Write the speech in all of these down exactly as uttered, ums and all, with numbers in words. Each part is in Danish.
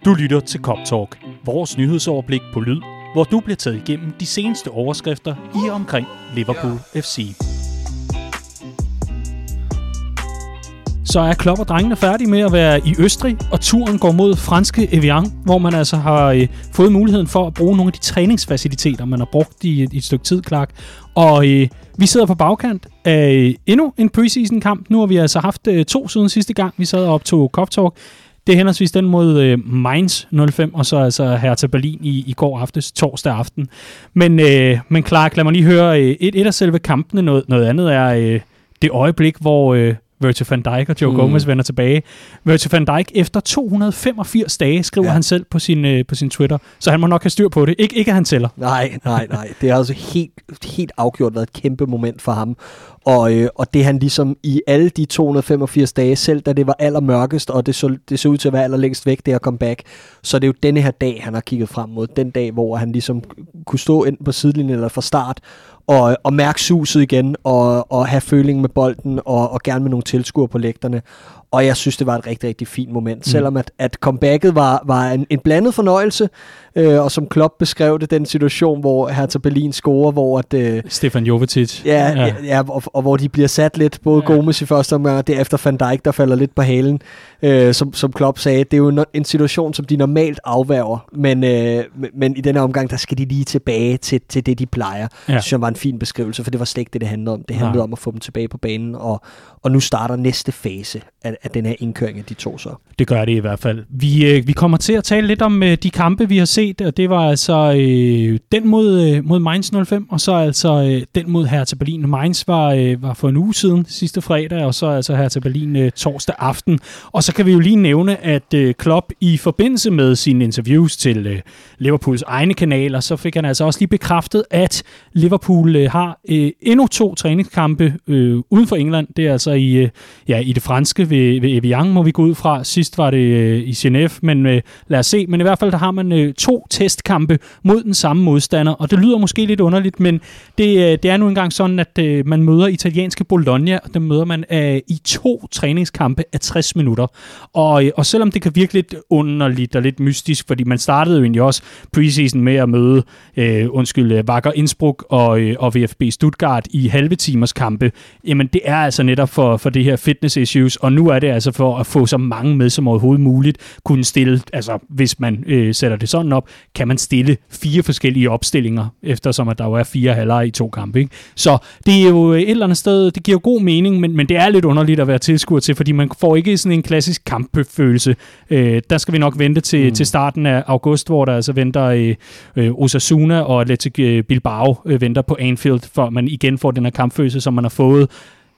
Du lytter til Cop Talk, vores nyhedsoverblik på lyd, hvor du bliver taget igennem de seneste overskrifter i og omkring Liverpool F C. Så er Klopp og drengene færdige med at være i Østrig, og turen går mod franske Evian, hvor man altså har øh, fået muligheden for at bruge nogle af de træningsfaciliteter, man har brugt i, i et stykke tid, Clark. Og øh, vi sidder på bagkant af øh, endnu en preseason-kamp. Nu har vi altså haft øh, to siden sidste gang, vi sad op til Cop Talk. Det er henholdsvis den mod øh, Mainz nul fem, og så altså Hertha Berlin i, i går aftes, torsdag aften. Men, øh, men Clark, lad mig lige høre, øh, et, et af selve kampene, noget, noget andet er øh, det øjeblik, hvor øh, Virgil van Dijk og Joe mm. Gomez vender tilbage. Virgil van Dijk efter to hundrede femogfirs dage, skriver ja. han selv på sin, øh, på sin Twitter, så han må nok have styr på det. Ik- ikke at han tæller. Nej, nej, nej. Det har altså helt, helt afgjort været et kæmpe moment for ham. Og, øh, og det han ligesom i alle de to hundrede femogfirs dage, selv da det var allermørkest, og det så, det så ud til at være allerlængst væk, det at komme back, så det er jo denne her dag, han har kigget frem mod. Den dag, hvor han ligesom kunne stå enten på sidelinjen eller fra start, og, og mærke suset igen, og, og have føling med bolden, og, og gerne med nogle tilskuere på lægterne. Og jeg synes, det var et rigtig, rigtig fint moment. Mm. Selvom at, at comebacket var, var en, en blandet fornøjelse, øh, og som Klopp beskrev det, den situation, hvor Hertha Berlin scorer, hvor at... Øh, Stefan Jovetic. Ja, ja. ja og, og hvor de bliver sat lidt, både ja. Gomez i første omgang, og derefter Van Dijk, der falder lidt på halen. Øh, som, som Klopp sagde, det er jo en situation, som de normalt afværger, men, øh, men i denne omgang, der skal de lige tilbage til, til det, de plejer. Ja. Det synes jeg var en fin beskrivelse, for det var slet ikke det, det handlede om. Det handlede ja. om at få dem tilbage på banen, og, og nu starter næste fase af, af den her indkøring af de to så. Det gør det i hvert fald. Vi, øh, vi kommer til at tale lidt om øh, de kampe, vi har set, og det var altså øh, den mod, øh, mod Mainz nul fem, og så altså øh, den mod Hertha Berlin. Mainz var, øh, var for en uge siden, sidste fredag, og så altså Hertha Berlin øh, torsdag aften. Og så kan vi jo lige nævne, at øh, Klopp i forbindelse med sine interviews til øh, Liverpools egne kanaler, så fik han altså også lige bekræftet, at Liverpool øh, har øh, endnu to træningskampe øh, uden for England. Det er altså i, øh, ja, i det franske ved, ved Evian, må vi gå ud fra. Sidst var det øh, i Genève, men øh, lad os se. Men i hvert fald, der har man øh, to testkampe mod den samme modstander, og det lyder måske lidt underligt, men det, øh, det er nu engang sådan, at øh, man møder italienske Bologna, og dem møder man øh, i to træningskampe af tres minutter. Og, øh, og selvom det kan virke lidt underligt og lidt mystisk, fordi man startede jo egentlig også preseason med at møde, øh, undskyld, Wacker Innsbruck og, øh, og V F B Stuttgart i halve timers kampe, jamen det er altså netop for, for det her fitness issues, og nu er det altså for at få så mange med som overhovedet muligt, kunne stille, altså hvis man øh, sætter det sådan op, kan man stille fire forskellige opstillinger, eftersom at der jo er fire halvleje i to kampe, ikke? Så det er jo et eller andet sted, det giver jo god mening, men, men det er lidt underligt at være tilskuer til, fordi man får ikke sådan en klassisk kampfølelse. Øh, der skal vi nok vente til, mm. til starten af august, hvor der altså venter øh, øh, Osasuna og Athletic Bilbao øh, venter på Anfield, for man igen får den her kampfølelse, som man har fået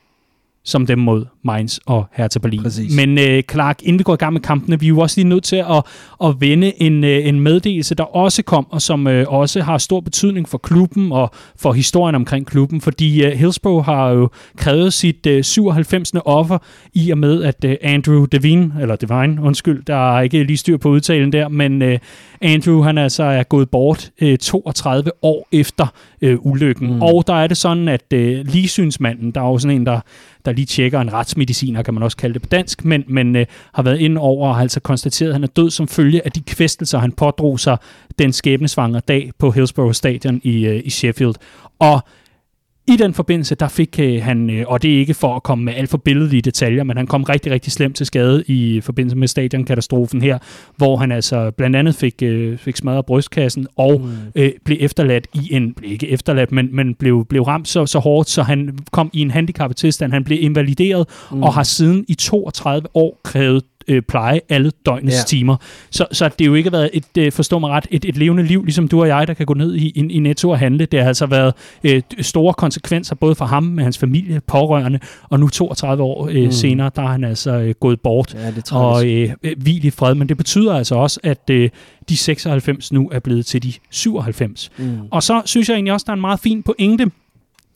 som dem mod Mainz og Hertha Berlin. Præcis. Men øh, Clark, inden vi går i gang med kampene, vi er jo også lige nødt til at, at vende en, øh, en meddelelse, der også kom, og som øh, også har stor betydning for klubben og for historien omkring klubben, fordi øh, Hillsborough har jo krævet sit øh, syvoghalvfems offer i og med, at øh, Andrew Devine, eller Devine, undskyld, der er ikke lige styr på udtalen der, men øh, Andrew, han altså er gået bort øh, toogtredive år efter øh, ulykken. Mm. Og der er det sådan, at øh, ligsynsmanden, der er jo sådan en, der der lige tjekker en retsmediciner, kan man også kalde det på dansk, men, men øh, har været inde over og har altså konstateret, at han er død som følge af de kvæstelser, han pådrog sig den skæbnesvangre dag på Hillsborough Stadion i, øh, i Sheffield. Og i den forbindelse, der fik øh, han, øh, og det er ikke for at komme med alt for billedlige detaljer, men han kom rigtig, rigtig slemt til skade i forbindelse med stadionkatastrofen her, hvor han altså blandt andet fik, øh, fik smadret brystkassen og mm. øh, blev efterladt i en, blev ikke efterladt, men, men blev, blev ramt så, så hårdt, så han kom i en handicappet tilstand. Han blev invalideret mm. og har siden i toogtredive år krævet øh, pleje alle døgnets yeah. timer. Så, så det har jo ikke været et, øh, forstå mig ret, et, et levende liv, ligesom du og jeg, der kan gå ned i, i, i Netto og handle. Det har altså været øh, store konsekvenser, både for ham, med hans familie, pårørende, og nu toogtredive år øh, mm. senere, der er han altså øh, gået bort ja, og øh, hvil i fred. Men det betyder altså også, at øh, de seksoghalvfems nu er blevet til de syvoghalvfems. Mm. Og så synes jeg egentlig også, der er en meget fin pointe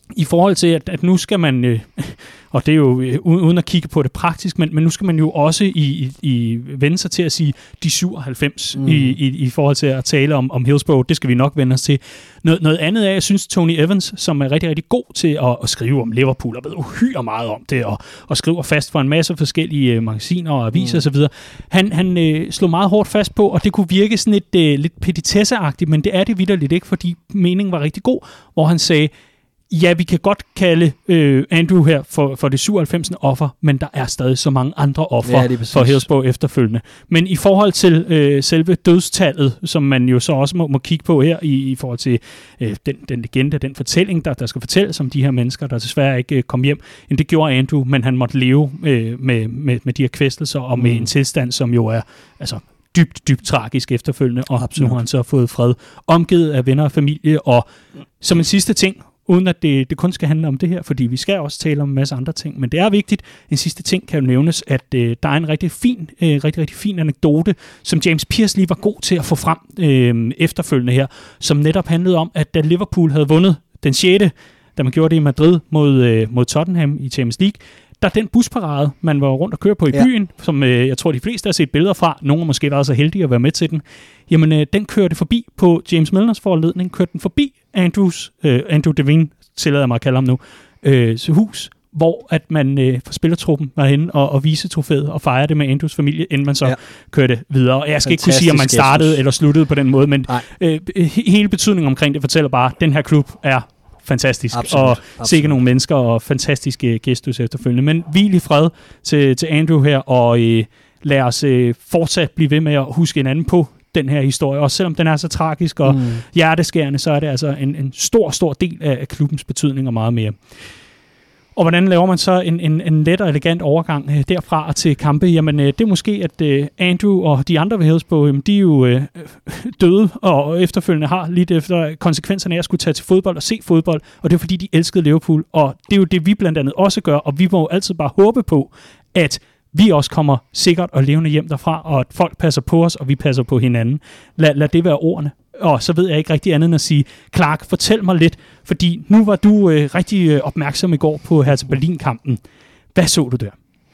i forhold til, at, at nu skal man, øh, og det er jo øh, uden at kigge på det praktisk, men, men nu skal man jo også i, i, i vende sig til at sige de syvoghalvfems mm. i, i, i forhold til at tale om, om Hillsborough. Det skal vi nok vende os til. Noget, noget andet er, jeg synes, Tony Evans, som er rigtig, rigtig god til at, at skrive om Liverpool, og ved uhyre meget om det, og, og skriver fast for en masse forskellige øh, magasiner og aviser mm. osv., han, han øh, slog meget hårdt fast på, og det kunne virke sådan lidt, øh, lidt petitesseagtigt, men det er det vitterligt ikke, fordi meningen var rigtig god, hvor han sagde, ja, vi kan godt kalde øh, Andrew her for, for det syvoghalvfems offer, men der er stadig så mange andre offer ja, for Hillsborough efterfølgende. Men i forhold til øh, selve dødstallet, som man jo så også må, må kigge på her, i, i forhold til øh, den, den legende, den fortælling, der, der skal fortælles om de her mennesker, der desværre ikke øh, kom hjem, end det gjorde Andrew, men han måtte leve øh, med, med, med de her kvæstelser, og med mm. en tilstand, som jo er altså dybt, dybt tragisk efterfølgende, og Absolut. Nu har han så fået fred, omgivet af venner og familie, og som en sidste ting, uden at det, det kun skal handle om det her, fordi vi skal også tale om en masse andre ting. Men det er vigtigt. En sidste ting kan jo nævnes, at øh, der er en rigtig fin, øh, rigtig, rigtig fin anekdote, som James Pearce lige var god til at få frem øh, efterfølgende her, som netop handlede om, at da Liverpool havde vundet den sjette, da man gjorde det i Madrid mod, øh, mod Tottenham i Champions League, der den busparade, man var rundt og køre på i ja. byen, som øh, jeg tror, de fleste har set billeder fra, nogle har måske været så heldige at være med til den, jamen øh, den kørte forbi på James Milners foranledning, kørte den forbi Andrews, øh, Andrew Devine, tillader mig at kalde ham nu, øh, hus, hvor at man øh, for spillertruppen var henne og, og vise trofæet og fejre det med Andrews familie, inden man så ja. kørte videre. Og jeg skal Fantastisk ikke kunne sige, om man startede Jesus. eller sluttede på den måde, men øh, hele betydningen omkring det fortæller bare, at den her klub er fantastisk, absolut, og sikkert nogle mennesker og fantastiske gestus efterfølgende. Men hvil i fred til, til Andrew her, og øh, lad os øh, fortsat blive ved med at huske hinanden på den her historie. Også selvom den er så tragisk og mm. hjerteskærende, så er det altså en, en stor, stor del af klubbens betydning og meget mere. Og hvordan laver man så en, en, en let og elegant overgang øh, derfra og til kampe? Jamen, øh, det er måske, at øh, Andrew og de andre ved Hillsborough, de er jo øh, døde, og efterfølgende har lidt efter konsekvenserne af at skulle tage til fodbold og se fodbold, og det er fordi, de elskede Liverpool. Og det er jo det, vi blandt andet også gør, og vi må jo altid bare håbe på, at vi også kommer sikkert og levende hjem derfra, og at folk passer på os, og vi passer på hinanden. Lad, lad det være ordene. Og så ved jeg ikke rigtig andet end at sige, Clark, fortæl mig lidt, fordi nu var du øh, rigtig øh, opmærksom i går på Hertha Berlin-kampen. Hvad så du der?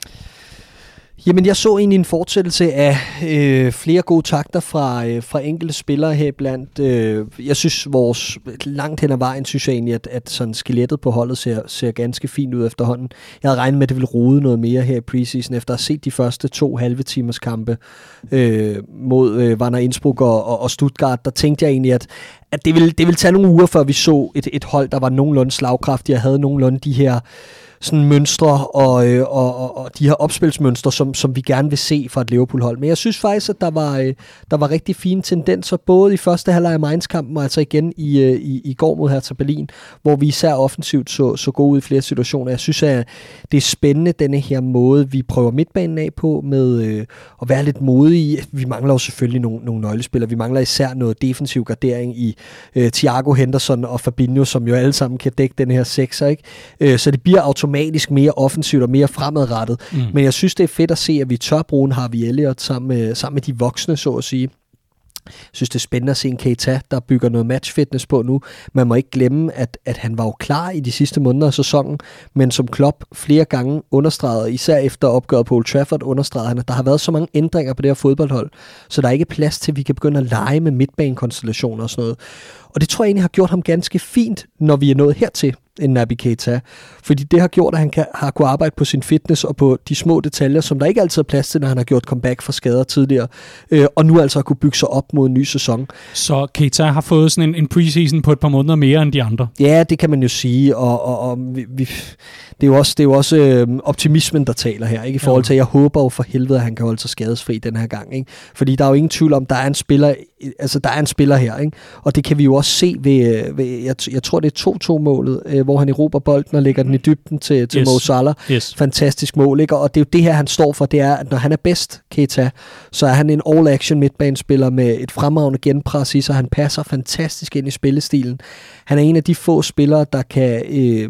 Jamen, jeg så egentlig en fortsættelse af øh, flere gode takter fra, øh, fra enkelte spillere her blandt. Øh, jeg synes, vores langt hen ad vejen, synes jeg egentlig, at, at sådan skelettet på holdet ser, ser ganske fint ud efterhånden. Jeg havde regnet med, at det ville rode noget mere her i preseason, efter at have set de første to halve timers kampe øh, mod øh, Werner Innsbruck og, og Stuttgart. Der tænkte jeg egentlig, at, at det, ville, det ville tage nogle uger, før vi så et, et hold, der var nogenlunde slagkraftige og havde nogenlunde de her sådan mønstre og, og, og, og de her opspilsmønstre, som, som vi gerne vil se fra et Liverpool-hold. Men jeg synes faktisk, at der var, der var rigtig fine tendenser, både i første halvleg af Mainz-kampen, og altså igen i, i, i går mod Hertha Berlin, hvor vi især offensivt så, så gode ud i flere situationer. Jeg synes, at det er spændende, denne her måde, vi prøver midtbanen af på, med øh, at være lidt modige. Vi mangler jo selvfølgelig nogle, nogle nøglespillere. Vi mangler især noget defensiv gardering i øh, Thiago Henderson og Fabinho, som jo alle sammen kan dække den her sekser, ikke? Øh, så det bliver automatisk automatisk mere offensivt og mere fremadrettet. Mm. Men jeg synes, det er fedt at se, at vi tør bruge en Harvey Elliott sammen med, sammen med de voksne, så at sige. Jeg synes, det er spændende at se en Keita, der bygger noget matchfitness på nu. Man må ikke glemme, at, at han var jo klar i de sidste måneder af sæsonen, men som Klopp flere gange understregede, især efter opgøret på Old Trafford, understregede han, at der har været så mange ændringer på det her fodboldhold, så der er ikke plads til, at vi kan begynde at lege med midtbanekonstellationer og sådan noget. Og det tror jeg egentlig har gjort ham ganske fint, når vi er nået hertil, en Naby Keita. Fordi det har gjort, at han kan, har kunnet arbejde på sin fitness og på de små detaljer, som der ikke altid er plads til, når han har gjort comeback fra skader tidligere. Øh, og nu altså har kunne bygge sig op mod en ny sæson. Så Keita har fået sådan en, en preseason på et par måneder mere end de andre? Ja, det kan man jo sige. Og, og, og vi, vi, det er jo også, det er jo også øh, optimismen, der taler her. Ikke? I forhold til, at jeg håber jo for helvede, at han kan holde sig skadesfri den her gang. Ikke? Fordi der er jo ingen tvivl om, der er en spiller, altså der er en spiller her. Ikke? Og det kan vi jo også se ved, ved jeg, jeg tror, det er to-to-målet, øh, hvor han erobrer bolden og lægger den i dybden til, til yes. Mo Salah. Yes. Fantastisk mål, ikke? Og det er jo det her, han står for, det er, at når han er bedst, Keita, så er han en all-action midtbanespiller med et fremragende genpres i sig. Han passer fantastisk ind i spillestilen. Han er en af de få spillere, der kan øh,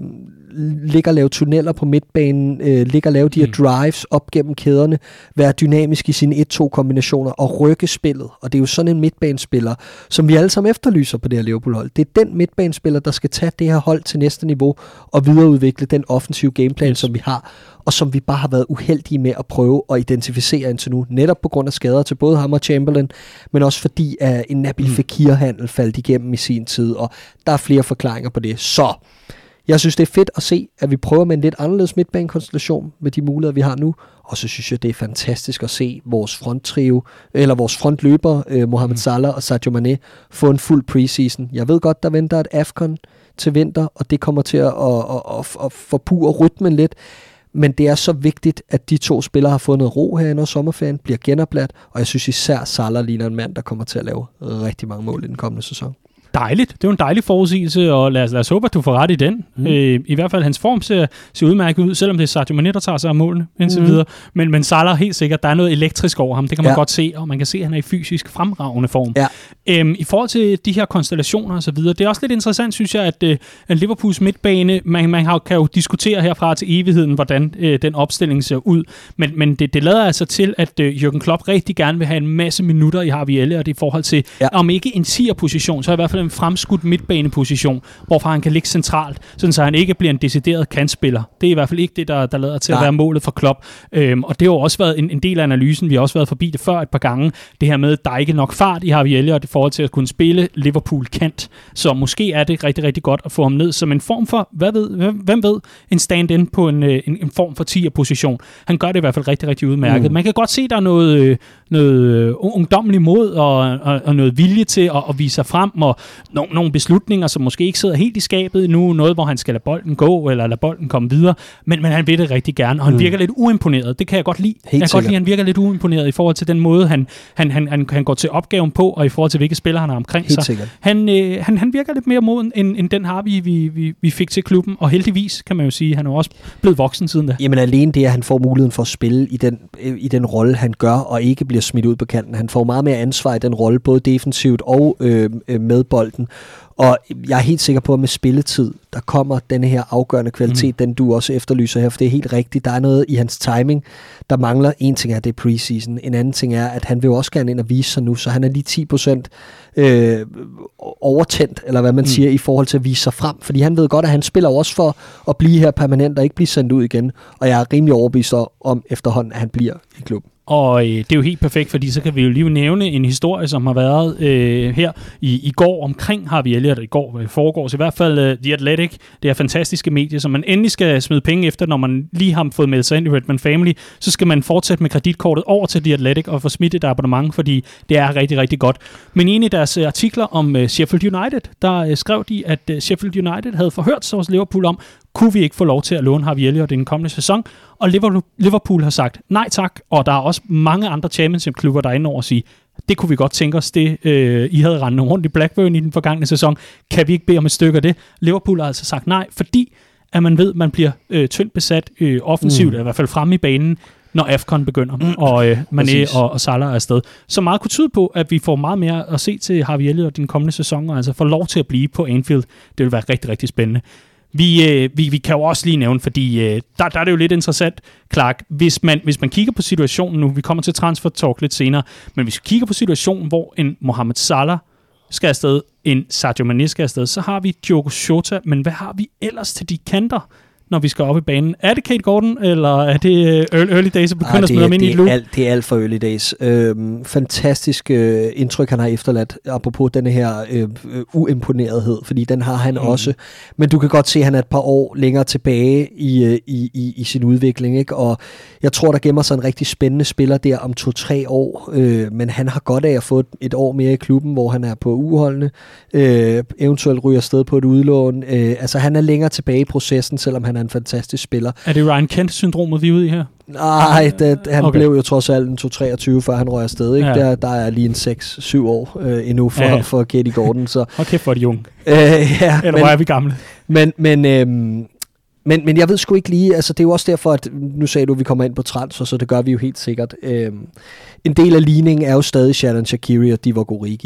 ligge og lave tunneller på midtbanen, øh, ligge og lave de her drives op gennem kæderne, være dynamisk i sine et-to kombinationer og rykke spillet. Og det er jo sådan en midtbanespiller, som vi alle sammen efterlyser på det her Liverpool-hold. Det er den midtbanespiller, der skal tage det her hold til næste niveau og videreudvikle den offensive gameplan, yes. som vi har, og som vi bare har været uheldige med at prøve at identificere indtil nu, netop på grund af skader til både ham og Chamberlain, men også fordi at en Nabil Fekir-handel faldt igennem i sin tid, og der er flere forklaringer på det. Så jeg synes, det er fedt at se, at vi prøver med en lidt anderledes midtbanekonstellation med de muligheder, vi har nu, og så synes jeg, det er fantastisk at se vores fronttrio, eller vores frontløber, eh, Mohamed Salah og Sadio Mane, få en fuld preseason. Jeg ved godt, der venter et AFCON til vinter, og det kommer til at, at, at, at, at forpure rytmen lidt, men det er så vigtigt, at de to spillere har fået noget ro her under sommerferien, bliver genopladt, og jeg synes især Salah ligner en mand, der kommer til at lave rigtig mange mål i den kommende sæson. Dejligt. Det er jo en dejlig forudsigelse, og lad os, lad os håbe, at du får ret i den. Mm. Øh, I hvert fald hans form ser, ser udmærket ud, selvom det er Sadio Mane, der tager sig af målene indtil mm. videre. Men, men Salah helt sikkert, der er noget elektrisk over ham. Det kan man ja. godt se, og man kan se, at han er i fysisk fremragende form. Ja. Øhm, I forhold til de her konstellationer og så videre, det er også lidt interessant, synes jeg, at, at Liverpools midtbane, man, man har, kan jo diskutere herfra til evigheden, hvordan øh, den opstilling ser ud. Men, men det, det lader altså til, at øh, Jürgen Klopp rigtig gerne vil have en masse minutter i Harvey Elliott i forhold til, ja. om ikke en tier-position, så i hvert fald en fremskudt midtbaneposition, hvorfra han kan ligge centralt, sådan så han ikke bliver en decideret kantspiller. Det er i hvert fald ikke det, der, der lader til Nej. at være målet for Klopp. Øhm, og det har jo også været en, en del af analysen. Vi har også været forbi det før et par gange. Det her med, at der ikke er nok fart i Harvey Elliott i forhold til at kunne spille Liverpool kant. Så måske er det rigtig, rigtig godt at få ham ned som en form for, hvad ved, hvem, hvem ved, en stand-in på en, en, en form for tier-position. Han gør det i hvert fald rigtig, rigtig udmærket. Mm. Man kan godt se, der er noget, noget ungdommelig mod og, og, og noget vilje til at, at vise sig frem, og no, nogle beslutninger, som måske ikke sidder helt i skabet endnu, noget, hvor han skal lade bolden gå, eller lade bolden komme videre, men, men han vil det rigtig gerne, og han mm. virker lidt uimponeret. Det kan jeg godt lide. Helt jeg kan godt lide, at han virker lidt uimponeret i forhold til den måde, han, han, han, han, han går til opgaven på, og i forhold til, hvilke spillere han har omkring helt sig. Han, øh, han, han virker lidt mere moden, end, end den har vi, vi, vi, vi fik til klubben, og heldigvis, kan man jo sige, han er også blevet voksen siden da. Jamen alene det, at han får muligheden for at spille i den, i den rolle, han gør, og ikke bliver smidt ud på kanten. Han får meget mere ansvar i den rolle, både defensivt og øh, med bolden. Og jeg er helt sikker på, at med spilletid, der kommer denne her afgørende kvalitet, mm. den du også efterlyser her, for det er helt rigtigt. Der er noget i hans timing, der mangler. En ting er, det er preseason. En anden ting er, at han vil også gerne ind og vise sig nu, så han er lige ti procent øh, overtændt, eller hvad man mm. siger, i forhold til at vise sig frem. Fordi han ved godt, at han spiller også for at blive her permanent og ikke blive sendt ud igen. Og jeg er rimelig overbevist om efterhånden, at han bliver i klubben. Og øh, det er jo helt perfekt, fordi så kan vi jo lige nævne en historie, som har været øh, her i, i går omkring Harvey Elliott, i går øh, foregårs i hvert fald øh, The Athletic, det er fantastiske medie, som man endelig skal smide penge efter, når man lige har fået meldt sig ind i Redman Family, så skal man fortsætte med kreditkortet over til The Athletic og få smidt et abonnement, fordi det er rigtig, rigtig godt. Men en af deres øh, artikler om øh, Sheffield United, der øh, skrev de, at øh, Sheffield United havde forhørt sig hos Liverpool om, kunne vi ikke få lov til at låne Harvey Elliott i den kommende sæson? Og Liverpool har sagt nej tak, og der er også mange andre championship-klubber, der er inde over at sige, det kunne vi godt tænke os, det øh, I havde rendt rundt i Blackburn i den forgangne sæson. Kan vi ikke bede om et stykke af det? Liverpool har altså sagt nej, fordi at man ved, at man bliver øh, tyndt besat øh, offensivt, mm. i hvert fald fremme i banen, når AFCON begynder, mm. og øh, Mané og, og Salah er afsted. Så meget kunne tyde på, at vi får meget mere at se til Harvey Elliott den kommende sæson, og altså får lov til at blive på Anfield. Det vil være rigtig, rigtig spændende. Vi, øh, vi, vi kan jo også lige nævne, fordi øh, der, der er det jo lidt interessant, Clark, hvis man, hvis man kigger på situationen nu, vi kommer til transfer talk lidt senere, men hvis vi kigger på situationen, hvor en Mohamed Salah skal afsted, en Sadio Mane skal afsted, så har vi Diogo Jota, men hvad har vi ellers til de kanter, når vi skal op i banen? Er det Kate Gordon, eller er det early days at begynde ah, at smide ham ind i et loop? Alt, det er alt for early days. Øhm, fantastisk øh, indtryk, han har efterladt, apropos denne her øh, uimponerethed, fordi den har han mm. også. Men du kan godt se, at han er et par år længere tilbage i, i, i, i sin udvikling, ikke? Og jeg tror, der gemmer sig en rigtig spændende spiller der om to-tre år, øh, men han har godt af at få et, et år mere i klubben, hvor han er på uholdene, øh, eventuelt ryger afsted på et udlån. Øh, altså, han er længere tilbage i processen, selvom han er en fantastisk spiller. Er det Ryan Kent-syndromet, vi er ude i her? Nej, det, han okay. blev jo trods alt en to treogtyve, før han røg afsted. Ikke? Ja. Der, der er lige en seks syv år øh, endnu for, ja. for Katie Gordon. Så. Okay, for de unge. Øh, ja, Eller hvor er vi gamle? Men, men, øhm, men, men jeg ved sgu ikke lige, altså det er jo også derfor, at nu sagde du, at vi kommer ind på transfer, så det gør vi jo helt sikkert. Øhm, en del af ligningen er jo stadig Xherdan Shaqiri og Divock Origi.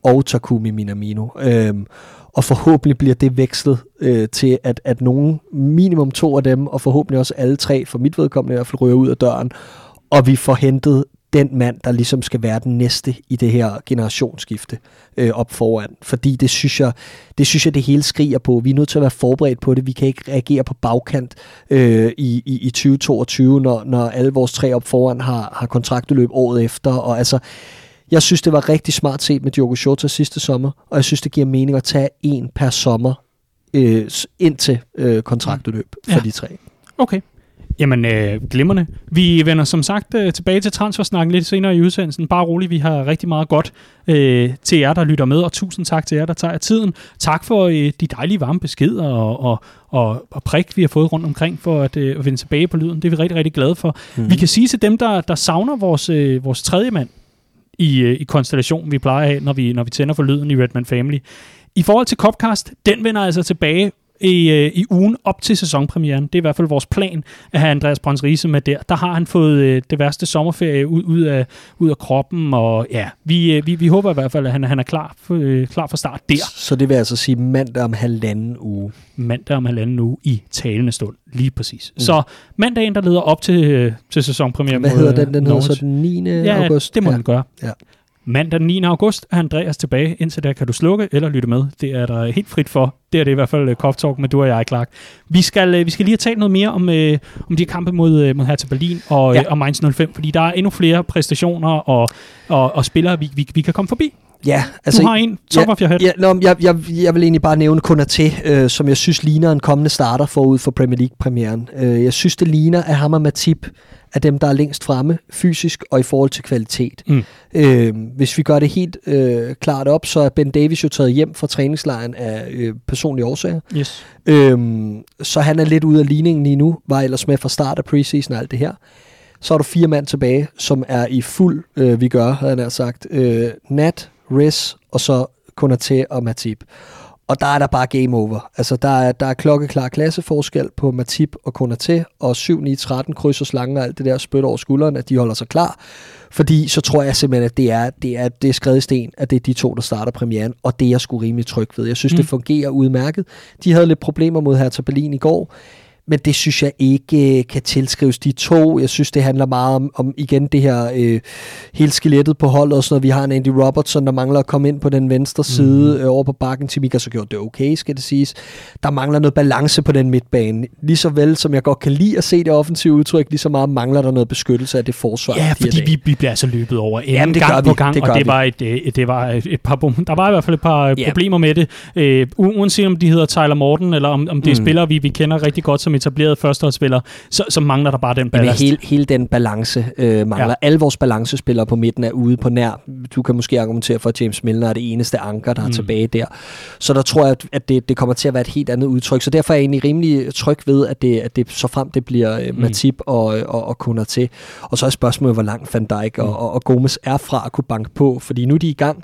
og Takumi Minamino. Øhm, og forhåbentlig bliver det vekslet øh, til, at, at nogen, minimum to af dem, og forhåbentlig også alle tre, for mit vedkommende i hvert fald, ryger ud af døren, og vi får hentet den mand, der ligesom skal være den næste i det her generationsskifte øh, op foran. Fordi det synes jeg, det synes jeg, det hele skriger på. Vi er nødt til at være forberedt på det. Vi kan ikke reagere på bagkant øh, i, i, i tyve toogtyve, når, når alle vores tre op foran har, har kontraktudløb året efter. Og altså, jeg synes, det var rigtig smart set med Diogo Jota sidste sommer, og jeg synes, det giver mening at tage en per sommer øh, indtil øh, kontraktudløb for ja. de tre. Okay. Jamen, øh, glimrende. Vi vender som sagt øh, tilbage til transfersnakken lidt senere i udsendelsen. Bare roligt, vi har rigtig meget godt øh, til jer, der lytter med, og tusind tak til jer, der tager tiden. Tak for øh, de dejlige varme beskeder og, og, og, og prik, vi har fået rundt omkring for at, øh, at vende tilbage på lyden. Det er vi rigtig, rigtig glade for. Mm-hmm. Vi kan sige til dem, der, der savner vores, øh, vores tredje mand i, øh, i konstellationen, vi plejer at have, når vi, når vi tænder for lyden i Redman Family. I forhold til Copcast, den vender altså tilbage I, øh, i ugen op til sæsonpremieren. Det er i hvert fald vores plan at have Andreas Brøns Riise med der. Der har han fået øh, det værste sommerferie ud, ud, af, ud af kroppen, og ja, vi, øh, vi, vi håber i hvert fald, at han, han er klar for, øh, klar for start der. Så det vil altså sige mandag om halvanden uge. Mandag om halvanden uge i talende stund, lige præcis. Mm. Så mandagen, der leder op til, øh, til sæsonpremieren. Hvad hedder den? Den hedder så den niende ja, august? det må ja. den gøre. Ja. Mandag den niende august er Andreas tilbage. Indtil der kan du slukke eller lytte med. Det er der helt frit for. Det er det i hvert fald Cop Talk med du og jeg, Clark. Vi skal, vi skal lige have talt noget mere om, øh, om de kampe mod, mod Hertha Berlin og, ja. øh, og Mainz nul fem, fordi der er endnu flere præstationer og, og, og spillere, vi, vi, vi kan komme forbi. Ja, altså, du har en top of your head. Ja, no, jeg, jeg, jeg vil egentlig bare nævne Konaté, øh, som jeg synes ligner en kommende starter forud for Premier League-premieren. Øh, jeg synes, det ligner, at ham og Matip er dem, der er længst fremme, fysisk og i forhold til kvalitet. Mm. Øh, hvis vi gør det helt øh, klart op, så er Ben Davies jo taget hjem fra træningslejren af øh, personlige årsager. Yes. Øh, så han er lidt ude af ligningen lige nu, var ellers med fra start af preseason og alt det her. Så har du fire mand tilbage, som er i fuld øh, vi gør, havde han sagt. Øh, Nat, Riz og så Konaté og Matip. Og der er der bare game over. Altså, der er, der er klokkeklar klasseforskel på Matip og Konaté, og syv ni tretten kryds og slange og alt det der spyt over skulderen, at de holder sig klar. Fordi så tror jeg simpelthen, at det er, det er, det er skrevet i sten, at det er de to, der starter premieren, og det er jeg sgu rimelig tryg ved. Jeg synes, mm. det fungerer udmærket. De havde lidt problemer mod Hertha Berlin i går, men det synes jeg ikke øh, kan tilskrives de to. Jeg synes, det handler meget om, om igen det her øh, hele skelettet på holdet og sådan noget. Vi har en Andy Robertson, der mangler at komme ind på den venstre side mm. øh, over på bakken. Timika så gjort det okay, skal det siges. Der mangler noget balance på den midtbane. Lige så vel, som jeg godt kan lide at se det offensive udtryk, lige så meget mangler der noget beskyttelse af det forsvar. Ja, fordi vi, vi bliver altså løbet over en Jamen, det gang vi. på gang, det og det vi. var, et, et, det var et, et par bom. Der var i hvert fald et par yeah. problemer med det. Øh, uanset om de hedder Tyler Morton, eller om, om det er mm. spillere, vi, vi kender rigtig godt som etableret førsteårsspillere, så, så mangler der bare den balance. Hele, hele den balance øh, mangler. Ja. Alle vores balancespillere på midten er ude på nær. Du kan måske argumentere for, at James Milner er det eneste anker, der er mm. tilbage der. Så der tror jeg, at det, det kommer til at være et helt andet udtryk. Så derfor er jeg egentlig rimelig tryg ved, at det, at det så frem det bliver øh, Matip mm. og, og, og Konaté. Og så er spørgsmålet, hvor langt Van Dijk mm. og, og, og Gomes er fra at kunne banke på. Fordi nu er de i gang.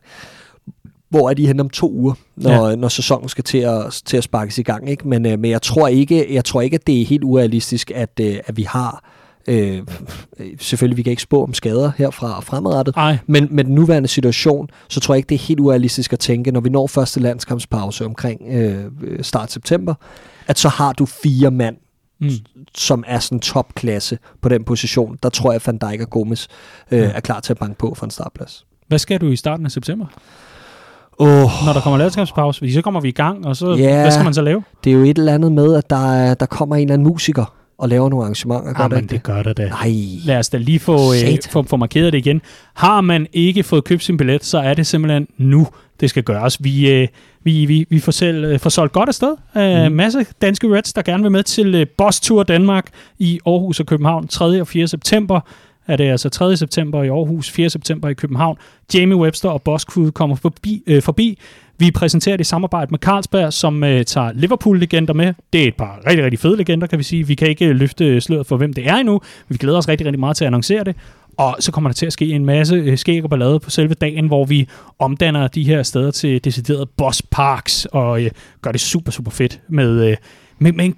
Hvor er de hen om to uger, når, ja. når sæsonen skal til at, til at sparkes i gang, ikke? Men, øh, men jeg tror ikke, jeg tror ikke, at det er helt urealistisk, at, øh, at vi har øh, selvfølgelig vi kan ikke spå om skader herfra og fremadrettet, Ej. men med den nuværende situation, så tror jeg ikke, det er helt urealistisk at tænke, når vi når første landskampspause omkring øh, start september, at så har du fire mand, mm. som er sådan topklasse på den position. Der tror jeg, at Van Dijk og Gomes øh, ja. er klar til at banke på for en startplads. Hvad skal du i starten af september? Oh. Når der kommer landskabspause, fordi så kommer vi i gang, og så yeah. hvad skal man så lave? Det er jo et eller andet med, at der, er, der kommer en eller anden musiker og laver nogle arrangementer. Ah, men det, det gør det da. Nej. Lad os da lige få, øh, få, få markeret det igen. Har man ikke fået købt sin billet, så er det simpelthen nu, det skal gøres. Vi, øh, vi, vi, vi får, selv, øh, får solgt godt afsted. En mm. masse danske Reds, der gerne vil med til øh, Boss Tour Danmark i Aarhus og København tredje og fjerde september. Er det altså tredje september i Aarhus, fjerde september i København. Jamie Webster og Boss Crew kommer forbi, øh, forbi. Vi præsenterer det i samarbejde med Carlsberg, som øh, tager Liverpool-legender med. Det er et par rigtig, rigtig fede legender, kan vi sige. Vi kan ikke løfte sløret for, hvem det er endnu. Vi glæder os rigtig, rigtig meget til at annoncere det. Og så kommer der til at ske en masse øh, skæg og ballade på selve dagen, hvor vi omdanner de her steder til deciderede Boss Parks og øh, gør det super, super fedt med, øh, med, med en god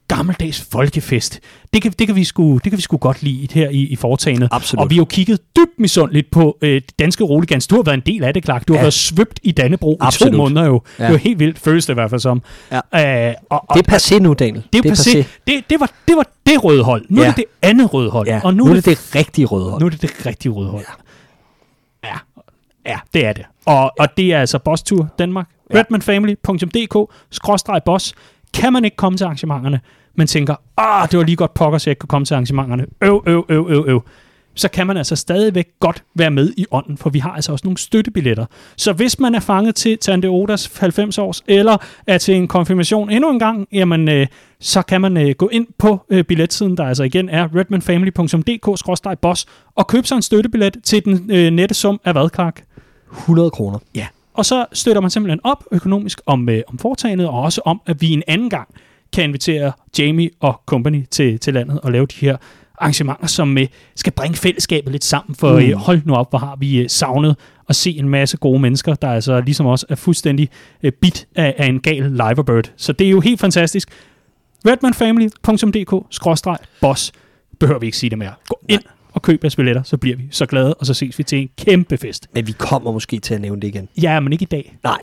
gammeldags folkefest. Det kan, det kan, vi, sgu, det kan vi sgu godt lide her i, i foretagendet. Absolut. Og vi har jo kigget dybt misundeligt på øh, de danske Roligans. Du har været en del af det, Clark. Du har ja. været svøbt i Dannebro Absolut. i to måneder jo. Ja. Det var helt vildt. Føles det i hvert fald som. Ja. Øh, og, og, det er passé nu, Daniel. Det er, det er passé. passé. Det, det, var, det var det røde hold. Nu ja. er det det andet røde hold. Ja. Og nu, nu er det det rigtige røde hold. Nu er det det rigtige røde hold. Ja, ja, ja det er det. Og, og det er altså Boss Tour Danmark. Ja. redmanfamily punktum d k skråstreg boss. Kan man ikke komme til arrangementerne, men tænker, ah, det var lige godt pokker, så jeg ikke kunne komme til arrangementerne. Øv, øv, øv, øv, øv. Så kan man altså stadigvæk godt være med i ånden, for vi har altså også nogle støttebilletter. Så hvis man er fanget til Tante Odas halvfems års, eller er til en konfirmation endnu en gang, jamen, øh, så kan man øh, gå ind på øh, billetsiden, der altså igen er redmanfamily punktum d k skråstreg boss, og købe sig en støttebillet til den øh, nette sum af hvad, Clark? hundrede kroner. Ja. Og så støtter man simpelthen op økonomisk om, øh, om foretagendet, og også om, at vi en anden gang kan invitere Jamie og company til, til landet og lave de her arrangementer, som øh, skal bringe fællesskabet lidt sammen. For mm. øh, hold nu op, hvor har vi øh, savnet at se en masse gode mennesker, der altså ligesom også er fuldstændig øh, bit af, af en gal liverbird. Så det er jo helt fantastisk. redmanfamily punktum d k skråstreg boss. Behøver vi ikke sige det mere. Gå ind Nej. og køb jeres billetter, så bliver vi så glade, og så ses vi til en kæmpe fest. Men vi kommer måske til at nævne det igen. Ja, men ikke i dag. Nej.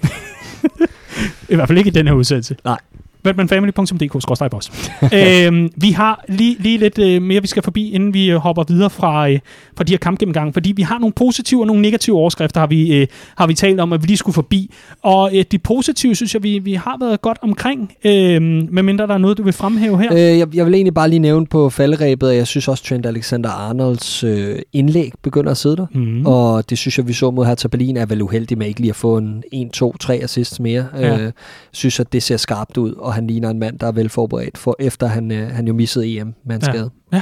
I hvert fald ikke i den her udsendelse. Nej. redmanfamily punktum d k skråstreg boss. øhm, vi har lige, lige lidt øh, mere, vi skal forbi, inden vi øh, hopper videre fra, øh, fra de her kampgennemgange, fordi vi har nogle positive og nogle negative overskrifter, har vi, øh, har vi talt om, at vi lige skulle forbi. Og øh, de positive, synes jeg, vi, vi har været godt omkring, øh, medmindre der er noget, du vil fremhæve her. Øh, jeg, jeg vil egentlig bare lige nævne på falderæbet, at jeg synes også, Trent Alexander-Arnolds øh, indlæg begynder at sidde der. Mm. Og det synes jeg, vi så mod Hertha Berlin, er vel uheldig med ikke lige at få en en, to, tre assists mere. Jeg ja. øh, synes, at det ser skarpt ud, og han ligner en mand, der er velforberedt, for efter han, øh, han jo missede E M med en ja. skade. Ja.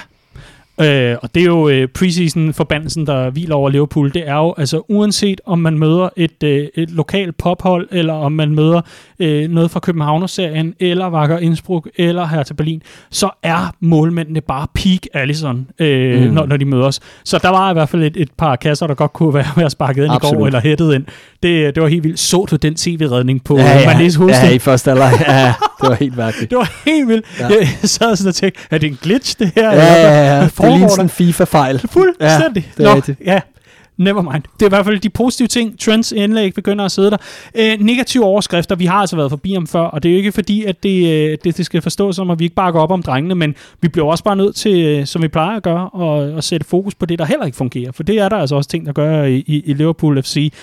Øh, og det er jo øh, preseason-forbandelsen, der hviler over Liverpool. Det er jo, altså uanset om man møder et, øh, et lokalt pophold, eller om man møder øh, noget fra Københavner-serien, eller Wacker Innsbruck, eller Hertha Berlin, så er målmændene bare peak Alisson, øh, mm. når, når de møder os. Så der var i hvert fald et, et par kasser, der godt kunne være, være sparket ind Absolut. i går, eller hættet ind. Det, det var helt vildt. Så du den T V-redning på ja, ja. Manés hovedstad? Ja, i første alder. Ja, det var helt mærkeligt. Det var helt vildt. Ja. Jeg sad sådan og tænkte, er det en glitch, det her? Ja, ja, ja. Det ligner sådan en FIFA-fejl. Fuldstændig. Ja, det er rigtigt. Ja, never mind. Det er i hvert fald de positive ting. Trents indlæg begynder at sidde der. Øh, negative overskrifter, vi har altså været forbi om før, og det er jo ikke fordi, at det, det, det skal forstås som, at vi ikke bare går op om drengene, men vi bliver også bare nødt til, som vi plejer at gøre, og, at sætte fokus på det, der heller ikke fungerer. For det er der altså også ting, der gør i, i, i Liverpool F C.